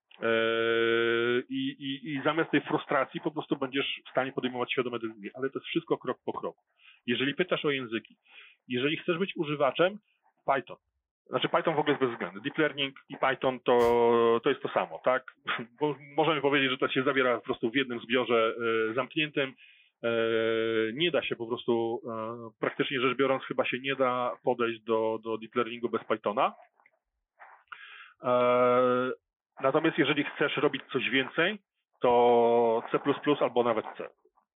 I zamiast tej frustracji po prostu będziesz w stanie podejmować świadome decyzje, ale to jest wszystko krok po kroku. Jeżeli pytasz o języki, jeżeli chcesz być używaczem, Python. Znaczy Python w ogóle jest bez względu. Deep Learning i Python to jest to samo, tak? Bo możemy powiedzieć, że to się zawiera po prostu w jednym zbiorze zamkniętym. Nie da się po prostu, praktycznie rzecz biorąc, chyba się nie da podejść do Deep Learningu bez Pythona. Natomiast jeżeli chcesz robić coś więcej, to C++ albo nawet C.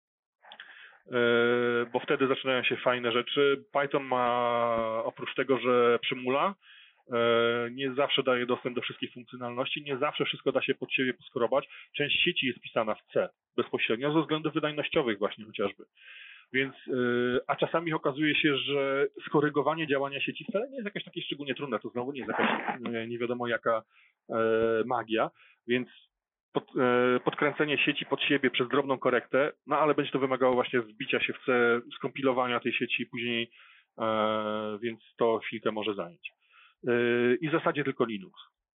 Bo wtedy zaczynają się fajne rzeczy. Python ma, oprócz tego, że przymula, nie zawsze daje dostęp do wszystkich funkcjonalności, nie zawsze wszystko da się pod siebie poskrobać. Część sieci jest pisana w C bezpośrednio, ze względów wydajnościowych właśnie chociażby. Więc, a czasami okazuje się, że skorygowanie działania sieci wcale nie jest jakaś takie szczególnie trudne, to znowu nie jest jakaś nie wiadomo jaka magia, więc podkręcenie sieci pod siebie przez drobną korektę, no ale będzie to wymagało właśnie wbicia się w C, skompilowania tej sieci później, więc to chwilkę może zająć. I w zasadzie tylko Linux.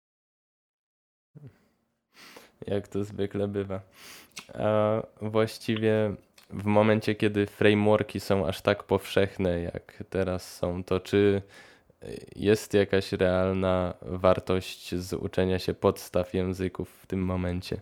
Jak to zwykle bywa. A właściwie w momencie, kiedy frameworki są aż tak powszechne, jak teraz są, to czy jest jakaś realna wartość z uczenia się podstaw języków w tym momencie?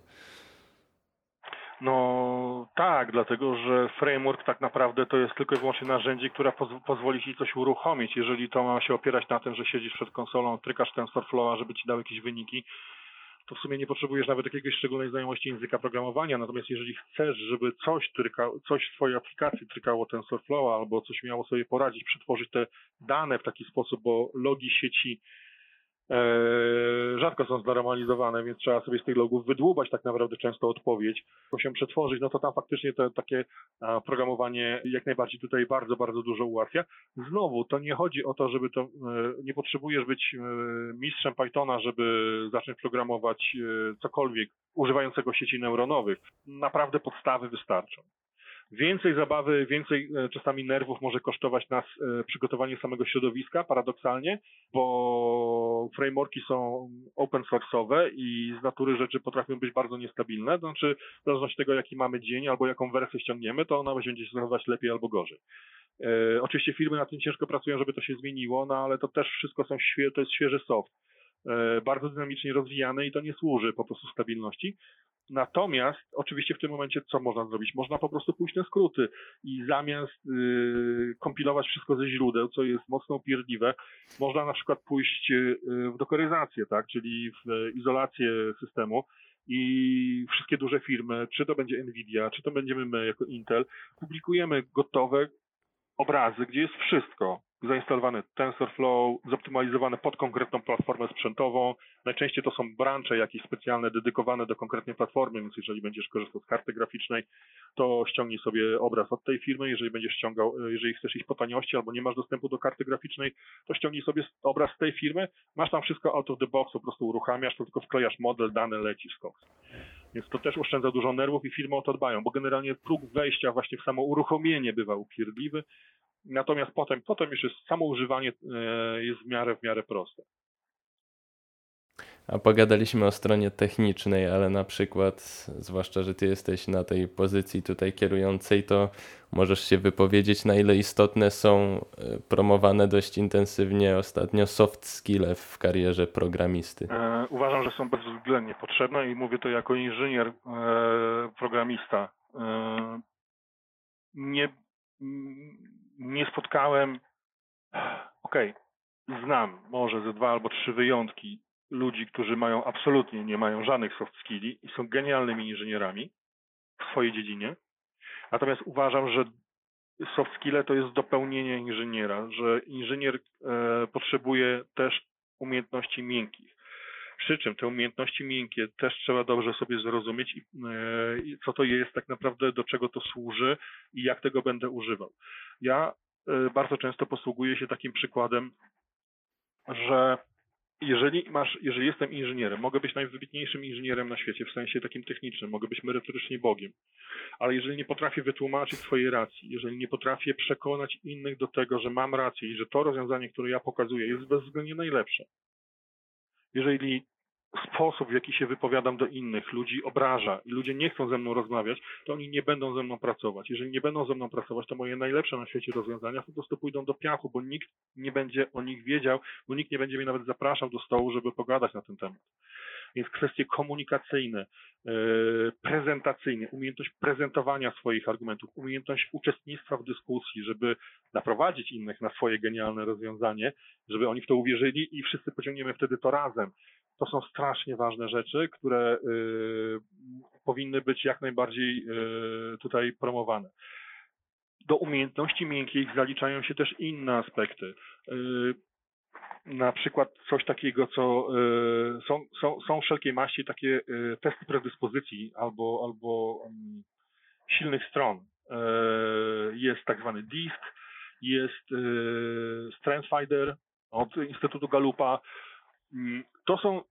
No tak, dlatego że framework tak naprawdę to jest tylko i wyłącznie narzędzie, które pozwoli ci coś uruchomić. Jeżeli to ma się opierać na tym, że siedzisz przed konsolą, trykasz TensorFlowa, żeby ci dał jakieś wyniki, to w sumie nie potrzebujesz nawet jakiegoś szczególnej znajomości języka programowania. Natomiast jeżeli chcesz, żeby coś w twojej aplikacji trykało TensorFlowa albo coś miało sobie poradzić, przetworzyć te dane w taki sposób, bo logi sieci rzadko są znormalizowane, więc trzeba sobie z tych logów wydłubać tak naprawdę często odpowiedź, się przetworzyć, no to tam faktycznie takie programowanie jak najbardziej tutaj bardzo, bardzo dużo ułatwia. Znowu, to nie chodzi o to, żeby nie potrzebujesz być mistrzem Pythona, żeby zacząć programować cokolwiek używającego sieci neuronowych. Naprawdę podstawy wystarczą. Więcej zabawy, więcej czasami nerwów może kosztować nas przygotowanie samego środowiska, paradoksalnie, bo frameworki są open source'owe i z natury rzeczy potrafią być bardzo niestabilne, to znaczy w zależności od tego, jaki mamy dzień albo jaką wersję ściągniemy, to ona będzie się zachowywać lepiej albo gorzej. Oczywiście firmy na tym ciężko pracują, żeby to się zmieniło, no ale to też wszystko to jest świeży soft, bardzo dynamicznie rozwijany i to nie służy po prostu stabilności. Natomiast oczywiście w tym momencie co można zrobić? Można po prostu pójść na skróty i zamiast kompilować wszystko ze źródeł, co jest mocno upierdliwe, można na przykład pójść w dokoryzację, tak? Czyli w izolację systemu i wszystkie duże firmy, czy to będzie Nvidia, czy to będziemy my jako Intel, publikujemy gotowe obrazy, gdzie jest wszystko zainstalowane, TensorFlow, zoptymalizowane pod konkretną platformę sprzętową. Najczęściej to są brancze jakieś specjalne, dedykowane do konkretnej platformy, więc jeżeli będziesz korzystał z karty graficznej, to ściągnij sobie obraz od tej firmy. Jeżeli chcesz iść po taniości albo nie masz dostępu do karty graficznej, to ściągnij sobie obraz z tej firmy. Masz tam wszystko out of the box, po prostu uruchamiasz, to tylko wklejasz model, dane, lecisz skok. Więc to też oszczędza dużo nerwów i firmy o to dbają, bo generalnie próg wejścia właśnie w samo uruchomienie bywa upierdliwy. Natomiast potem już samo używanie jest w miarę proste. A pogadaliśmy o stronie technicznej, ale na przykład, zwłaszcza, że ty jesteś na tej pozycji tutaj kierującej, to możesz się wypowiedzieć, na ile istotne są promowane dość intensywnie ostatnio soft skille w karierze programisty. Uważam, że są bezwzględnie potrzebne i mówię to jako inżynier, programista. Nie spotkałem, znam może ze 2 albo 3 wyjątki ludzi, którzy absolutnie nie mają żadnych soft skilli i są genialnymi inżynierami w swojej dziedzinie. Natomiast uważam, że soft skille to jest dopełnienie inżyniera, że inżynier potrzebuje też umiejętności miękkich. Przy czym te umiejętności miękkie też trzeba dobrze sobie zrozumieć i co to jest tak naprawdę, do czego to służy i jak tego będę używał. Ja bardzo często posługuję się takim przykładem, że jeżeli jestem inżynierem, mogę być najwybitniejszym inżynierem na świecie, w sensie takim technicznym, mogę być merytorycznie Bogiem, ale jeżeli nie potrafię wytłumaczyć swojej racji, jeżeli nie potrafię przekonać innych do tego, że mam rację i że to rozwiązanie, które ja pokazuję, jest bezwzględnie najlepsze, jeżeli sposób, w jaki się wypowiadam do innych ludzi obraża i ludzie nie chcą ze mną rozmawiać, to oni nie będą ze mną pracować. Jeżeli nie będą ze mną pracować, to moje najlepsze na świecie rozwiązania po prostu pójdą do piachu, bo nikt nie będzie o nich wiedział, bo nikt nie będzie mnie nawet zapraszał do stołu, żeby pogadać na ten temat. Więc kwestie komunikacyjne, prezentacyjne, umiejętność prezentowania swoich argumentów, umiejętność uczestnictwa w dyskusji, żeby naprowadzić innych na swoje genialne rozwiązanie, żeby oni w to uwierzyli i wszyscy pociągniemy wtedy to razem. To są strasznie ważne rzeczy, które powinny być jak najbardziej tutaj promowane. Do umiejętności miękkich zaliczają się też inne aspekty. Na przykład coś takiego, co są wszelkiej maści takie testy predyspozycji albo silnych stron. Jest tak zwany DISC, jest Strength Finder od Instytutu Gallupa. To są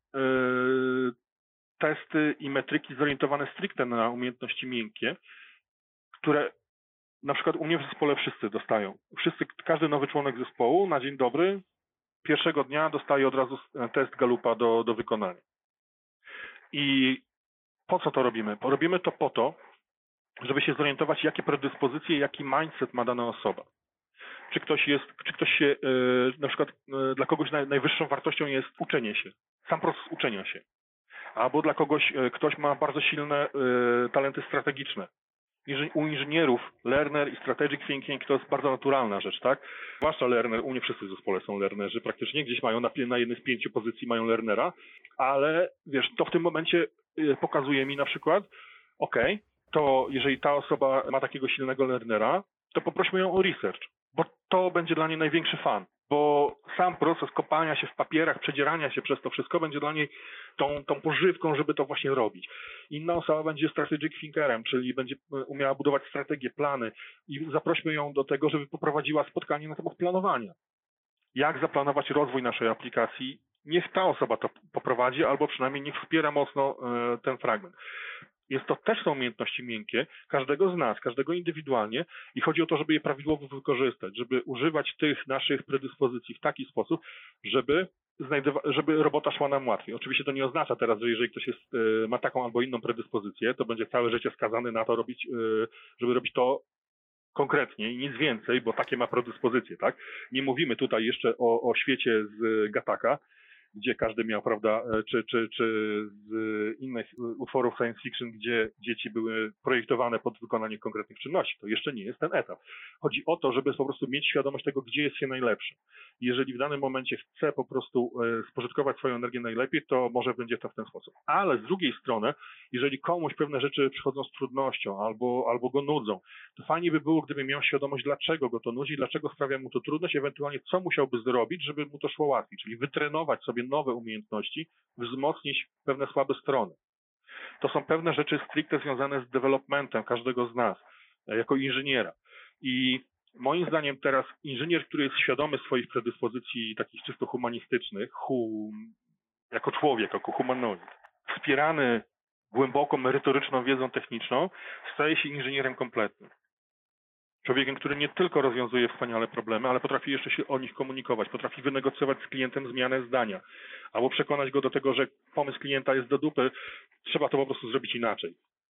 testy i metryki zorientowane stricte na umiejętności miękkie, które na przykład u mnie w zespole wszyscy dostają. Każdy nowy członek zespołu na dzień dobry pierwszego dnia dostaje od razu test Gallupa do wykonania. I po co to robimy? Robimy to po to, żeby się zorientować, jakie predyspozycje, jaki mindset ma dana osoba. Czy ktoś się, na przykład dla kogoś najwyższą wartością jest uczenie się, sam proces uczenia się. Albo dla kogoś, ktoś ma bardzo silne talenty strategiczne. U inżynierów learner i strategic thinking to jest bardzo naturalna rzecz, tak? Zwłaszcza learner, u mnie wszyscy w zespole są learnerzy, praktycznie gdzieś mają na jednej z 5 pozycji mają learnera, ale wiesz, to w tym momencie pokazuje mi na przykład, to jeżeli ta osoba ma takiego silnego learnera, to poprośmy ją o research, bo to będzie dla niej największy fan. bo sam proces kopania się w papierach, przedzierania się przez to wszystko będzie dla niej tą pożywką, żeby to właśnie robić. Inna osoba będzie strategic thinkerem, czyli będzie umiała budować strategie, plany i zaprośmy ją do tego, żeby poprowadziła spotkanie na temat planowania. Jak zaplanować rozwój naszej aplikacji? Niech ta osoba to poprowadzi, albo przynajmniej niech wspiera mocno ten fragment. Więc to też są umiejętności miękkie każdego z nas, każdego indywidualnie i chodzi o to, żeby je prawidłowo wykorzystać, żeby używać tych naszych predyspozycji w taki sposób, żeby robota szła nam łatwiej. Oczywiście to nie oznacza teraz, że jeżeli ktoś ma taką albo inną predyspozycję, to będzie całe życie skazany na to żeby robić to konkretnie i nic więcej, bo takie ma predyspozycje, tak? Nie mówimy tutaj jeszcze o świecie z Gattaka, gdzie każdy miał, prawda, czy z innych utworów science fiction, gdzie dzieci były projektowane pod wykonanie konkretnych czynności. To jeszcze nie jest ten etap. Chodzi o to, żeby po prostu mieć świadomość tego, gdzie jest się najlepszy. Jeżeli w danym momencie chce po prostu spożytkować swoją energię najlepiej, to może będzie to w ten sposób. Ale z drugiej strony, jeżeli komuś pewne rzeczy przychodzą z trudnością albo go nudzą, to fajnie by było, gdyby miał świadomość, dlaczego go to nudzi, dlaczego sprawia mu to trudność, ewentualnie co musiałby zrobić, żeby mu to szło łatwiej, czyli wytrenować sobie nowe umiejętności, wzmocnić pewne słabe strony. To są pewne rzeczy stricte związane z developmentem każdego z nas, jako inżyniera. I moim zdaniem teraz inżynier, który jest świadomy swoich predyspozycji takich czysto humanistycznych, jako człowiek, jako humanoid, wspierany głęboko merytoryczną wiedzą techniczną, staje się inżynierem kompletnym. Człowiekiem, który nie tylko rozwiązuje wspaniale problemy, ale potrafi jeszcze się o nich komunikować, potrafi wynegocjować z klientem zmianę zdania, albo przekonać go do tego, że pomysł klienta jest do dupy, trzeba to po prostu zrobić inaczej.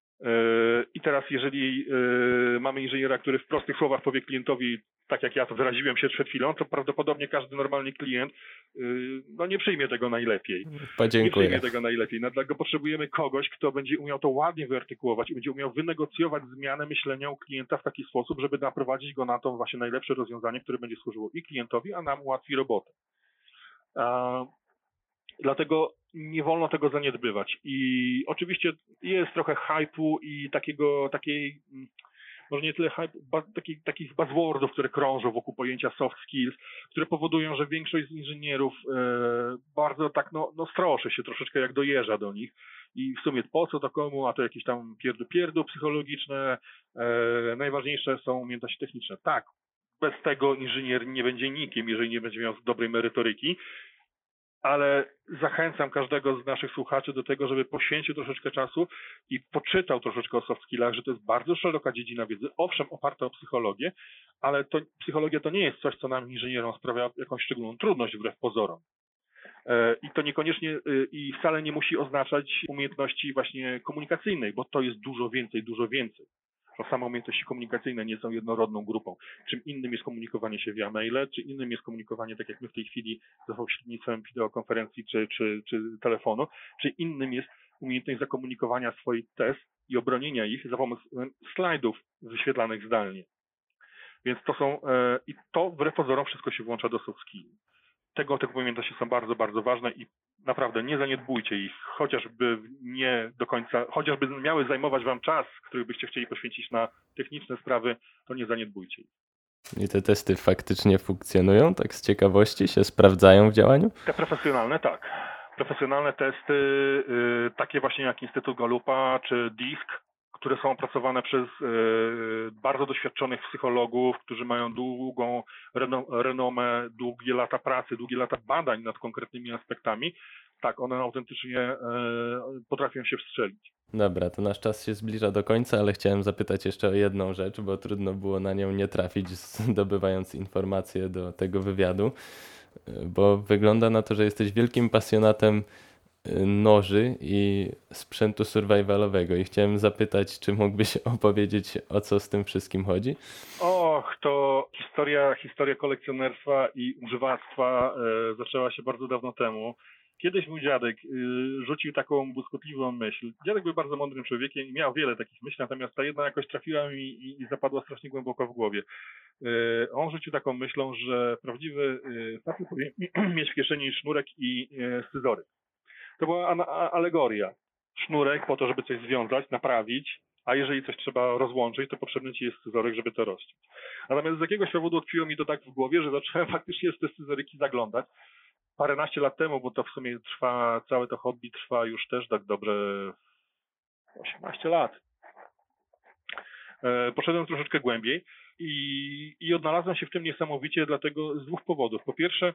I teraz jeżeli mamy inżyniera, który w prostych słowach powie klientowi, tak jak ja to wyraziłem się przed chwilą, to prawdopodobnie każdy normalny klient nie przyjmie tego najlepiej. Podziękuję. Nie przyjmie tego najlepiej. Dlatego potrzebujemy kogoś, kto będzie umiał to ładnie wyartykułować i będzie umiał wynegocjować zmianę myślenia u klienta w taki sposób, żeby naprowadzić go na to właśnie najlepsze rozwiązanie, które będzie służyło i klientowi, a nam ułatwi robotę. Dlatego nie wolno tego zaniedbywać. I oczywiście jest trochę hype'u i takiej, może nie tyle hype, takich buzzwordów, które krążą wokół pojęcia soft skills, które powodują, że większość z inżynierów bardzo tak stroszy się troszeczkę, jak dojeżdża do nich. I w sumie po co to komu, a to jakieś tam pierdu psychologiczne, najważniejsze są umiejętności techniczne. Tak, bez tego inżynier nie będzie nikim, jeżeli nie będzie miał dobrej merytoryki, ale zachęcam każdego z naszych słuchaczy do tego, żeby poświęcił troszeczkę czasu i poczytał troszeczkę o soft skillach, że to jest bardzo szeroka dziedzina wiedzy, owszem oparta o psychologię, ale psychologia to nie jest coś, co nam inżynierom sprawia jakąś szczególną trudność wbrew pozorom. I to niekoniecznie i wcale nie musi oznaczać umiejętności właśnie komunikacyjnej, bo to jest dużo więcej. To same umiejętności komunikacyjne nie są jednorodną grupą. Czym innym jest komunikowanie się via maile, czy innym jest komunikowanie, tak jak my w tej chwili, za pośrednictwem wideokonferencji czy telefonu, czy innym jest umiejętność zakomunikowania swoich tez i obronienia ich za pomocą slajdów wyświetlanych zdalnie. Więc i to wbrew pozorom wszystko się włącza do soft skills. Te umiejętności są bardzo, bardzo ważne i naprawdę nie zaniedbujcie ich, chociażby miały zajmować wam czas, który byście chcieli poświęcić na techniczne sprawy, to nie zaniedbujcie ich. I te testy faktycznie funkcjonują? Tak z ciekawości się sprawdzają w działaniu? Te profesjonalne tak. Profesjonalne testy, takie właśnie jak Instytut Gallupa czy DISC, które są opracowane przez bardzo doświadczonych psychologów, którzy mają długą renomę, długie lata pracy, długie lata badań nad konkretnymi aspektami, tak, one autentycznie potrafią się wstrzelić. Dobra, to nasz czas się zbliża do końca, ale chciałem zapytać jeszcze o jedną rzecz, bo trudno było na nią nie trafić, zdobywając informacje do tego wywiadu, bo wygląda na to, że jesteś wielkim pasjonatem noży i sprzętu survivalowego i chciałem zapytać, czy mógłbyś opowiedzieć, o co z tym wszystkim chodzi? To historia kolekcjonerstwa i używactwa zaczęła się bardzo dawno temu. Kiedyś mój dziadek rzucił taką błyskotliwą myśl. Dziadek był bardzo mądrym człowiekiem i miał wiele takich myśli, natomiast ta jedna jakoś trafiła mi i zapadła strasznie głęboko w głowie. On rzucił taką myślą, że prawdziwy facet powinien mieć w kieszeni sznurek i scyzoryk. To była alegoria. Sznurek po to, żeby coś związać, naprawić, a jeżeli coś trzeba rozłączyć, to potrzebny ci jest scyzoryk, żeby to rozciąć. Natomiast z jakiegoś powodu utkwiło mi to tak w głowie, że zacząłem faktycznie w te scyzoryki zaglądać. Paręnaście lat temu, bo to w sumie całe to hobby trwa już też tak dobrze 18 lat. Poszedłem troszeczkę głębiej i odnalazłem się w tym niesamowicie, dlatego z dwóch powodów. Po pierwsze,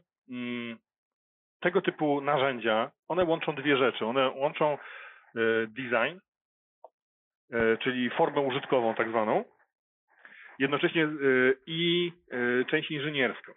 tego typu narzędzia, one łączą dwie rzeczy. One łączą design, czyli formę użytkową tak zwaną, jednocześnie i część inżynierską.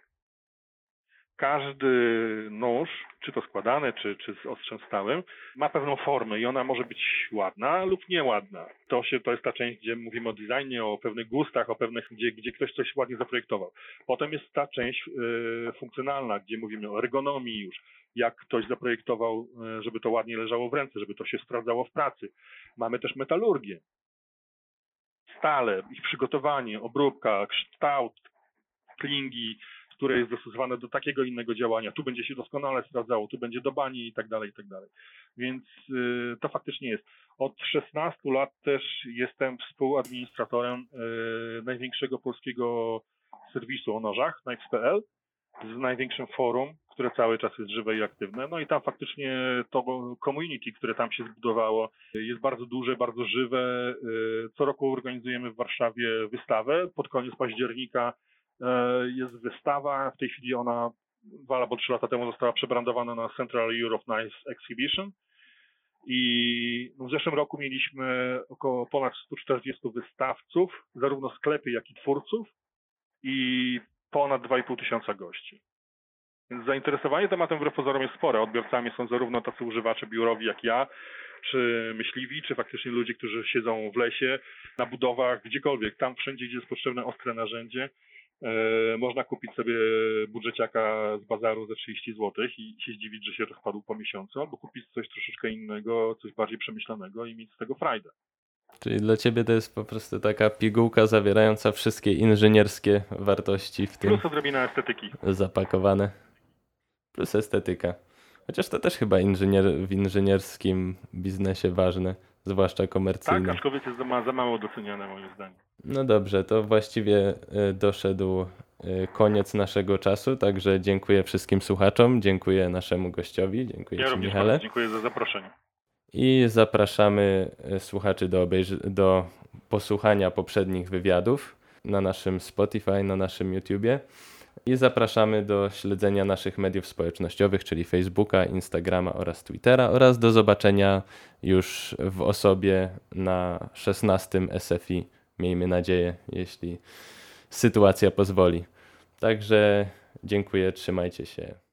Każdy nóż, czy to składany, czy z ostrzem stałym, ma pewną formę i ona może być ładna lub nieładna. To jest ta część, gdzie mówimy o designie, o pewnych gustach, o pewnych, gdzie ktoś coś ładnie zaprojektował. Potem jest ta część funkcjonalna, gdzie mówimy o ergonomii już, jak ktoś zaprojektował, żeby to ładnie leżało w ręce, żeby to się sprawdzało w pracy. Mamy też metalurgię. Stale, ich przygotowanie, obróbka, kształt klingi, które jest dostosowane do takiego innego działania. Tu będzie się doskonale sprawdzało, tu będzie do bani i tak dalej, i tak dalej. Więc to faktycznie jest. Od 16 lat też jestem współadministratorem największego polskiego serwisu o nożach, knives.pl, z największym forum, które cały czas jest żywe i aktywne. No i tam faktycznie to community, które tam się zbudowało, jest bardzo duże, bardzo żywe. Co roku organizujemy w Warszawie wystawę. Pod koniec października jest wystawa. W tej chwili ona 2 albo 3 lata temu została przebrandowana na Central Europe Knives Exhibition. I w zeszłym roku mieliśmy około ponad 140 wystawców, zarówno sklepy, jak i twórców, i ponad 2,5 tysiąca gości. Więc zainteresowanie tematem wbrew pozorom jest spore. Odbiorcami są zarówno tacy używacze biurowi jak ja, czy myśliwi, czy faktycznie ludzie, którzy siedzą w lesie, na budowach, gdziekolwiek. Tam wszędzie, gdzie jest potrzebne ostre narzędzie, można kupić sobie budżeciaka z bazaru za 30 zł i się zdziwić, że się rozpadł po miesiącu, albo kupić coś troszeczkę innego, coś bardziej przemyślanego i mieć z tego frajdę. Czyli dla ciebie to jest po prostu taka pigułka zawierająca wszystkie inżynierskie wartości w tym. Plus odrobina estetyki. Zapakowane. Plus estetyka. Chociaż to też chyba w inżynierskim biznesie ważne, zwłaszcza komercyjnym. Tak, aczkolwiek jest za mało doceniane moim zdaniem. No dobrze, to właściwie doszedł koniec naszego czasu, także dziękuję wszystkim słuchaczom, dziękuję naszemu gościowi, dziękuję Ja Ci, również Michale. bardzo dziękuję za zaproszenie. I zapraszamy słuchaczy do posłuchania poprzednich wywiadów na naszym Spotify, na naszym YouTubie. I zapraszamy do śledzenia naszych mediów społecznościowych, czyli Facebooka, Instagrama oraz Twittera, oraz do zobaczenia już w osobie na 16. SFI. Miejmy nadzieję, jeśli sytuacja pozwoli. Także dziękuję, trzymajcie się.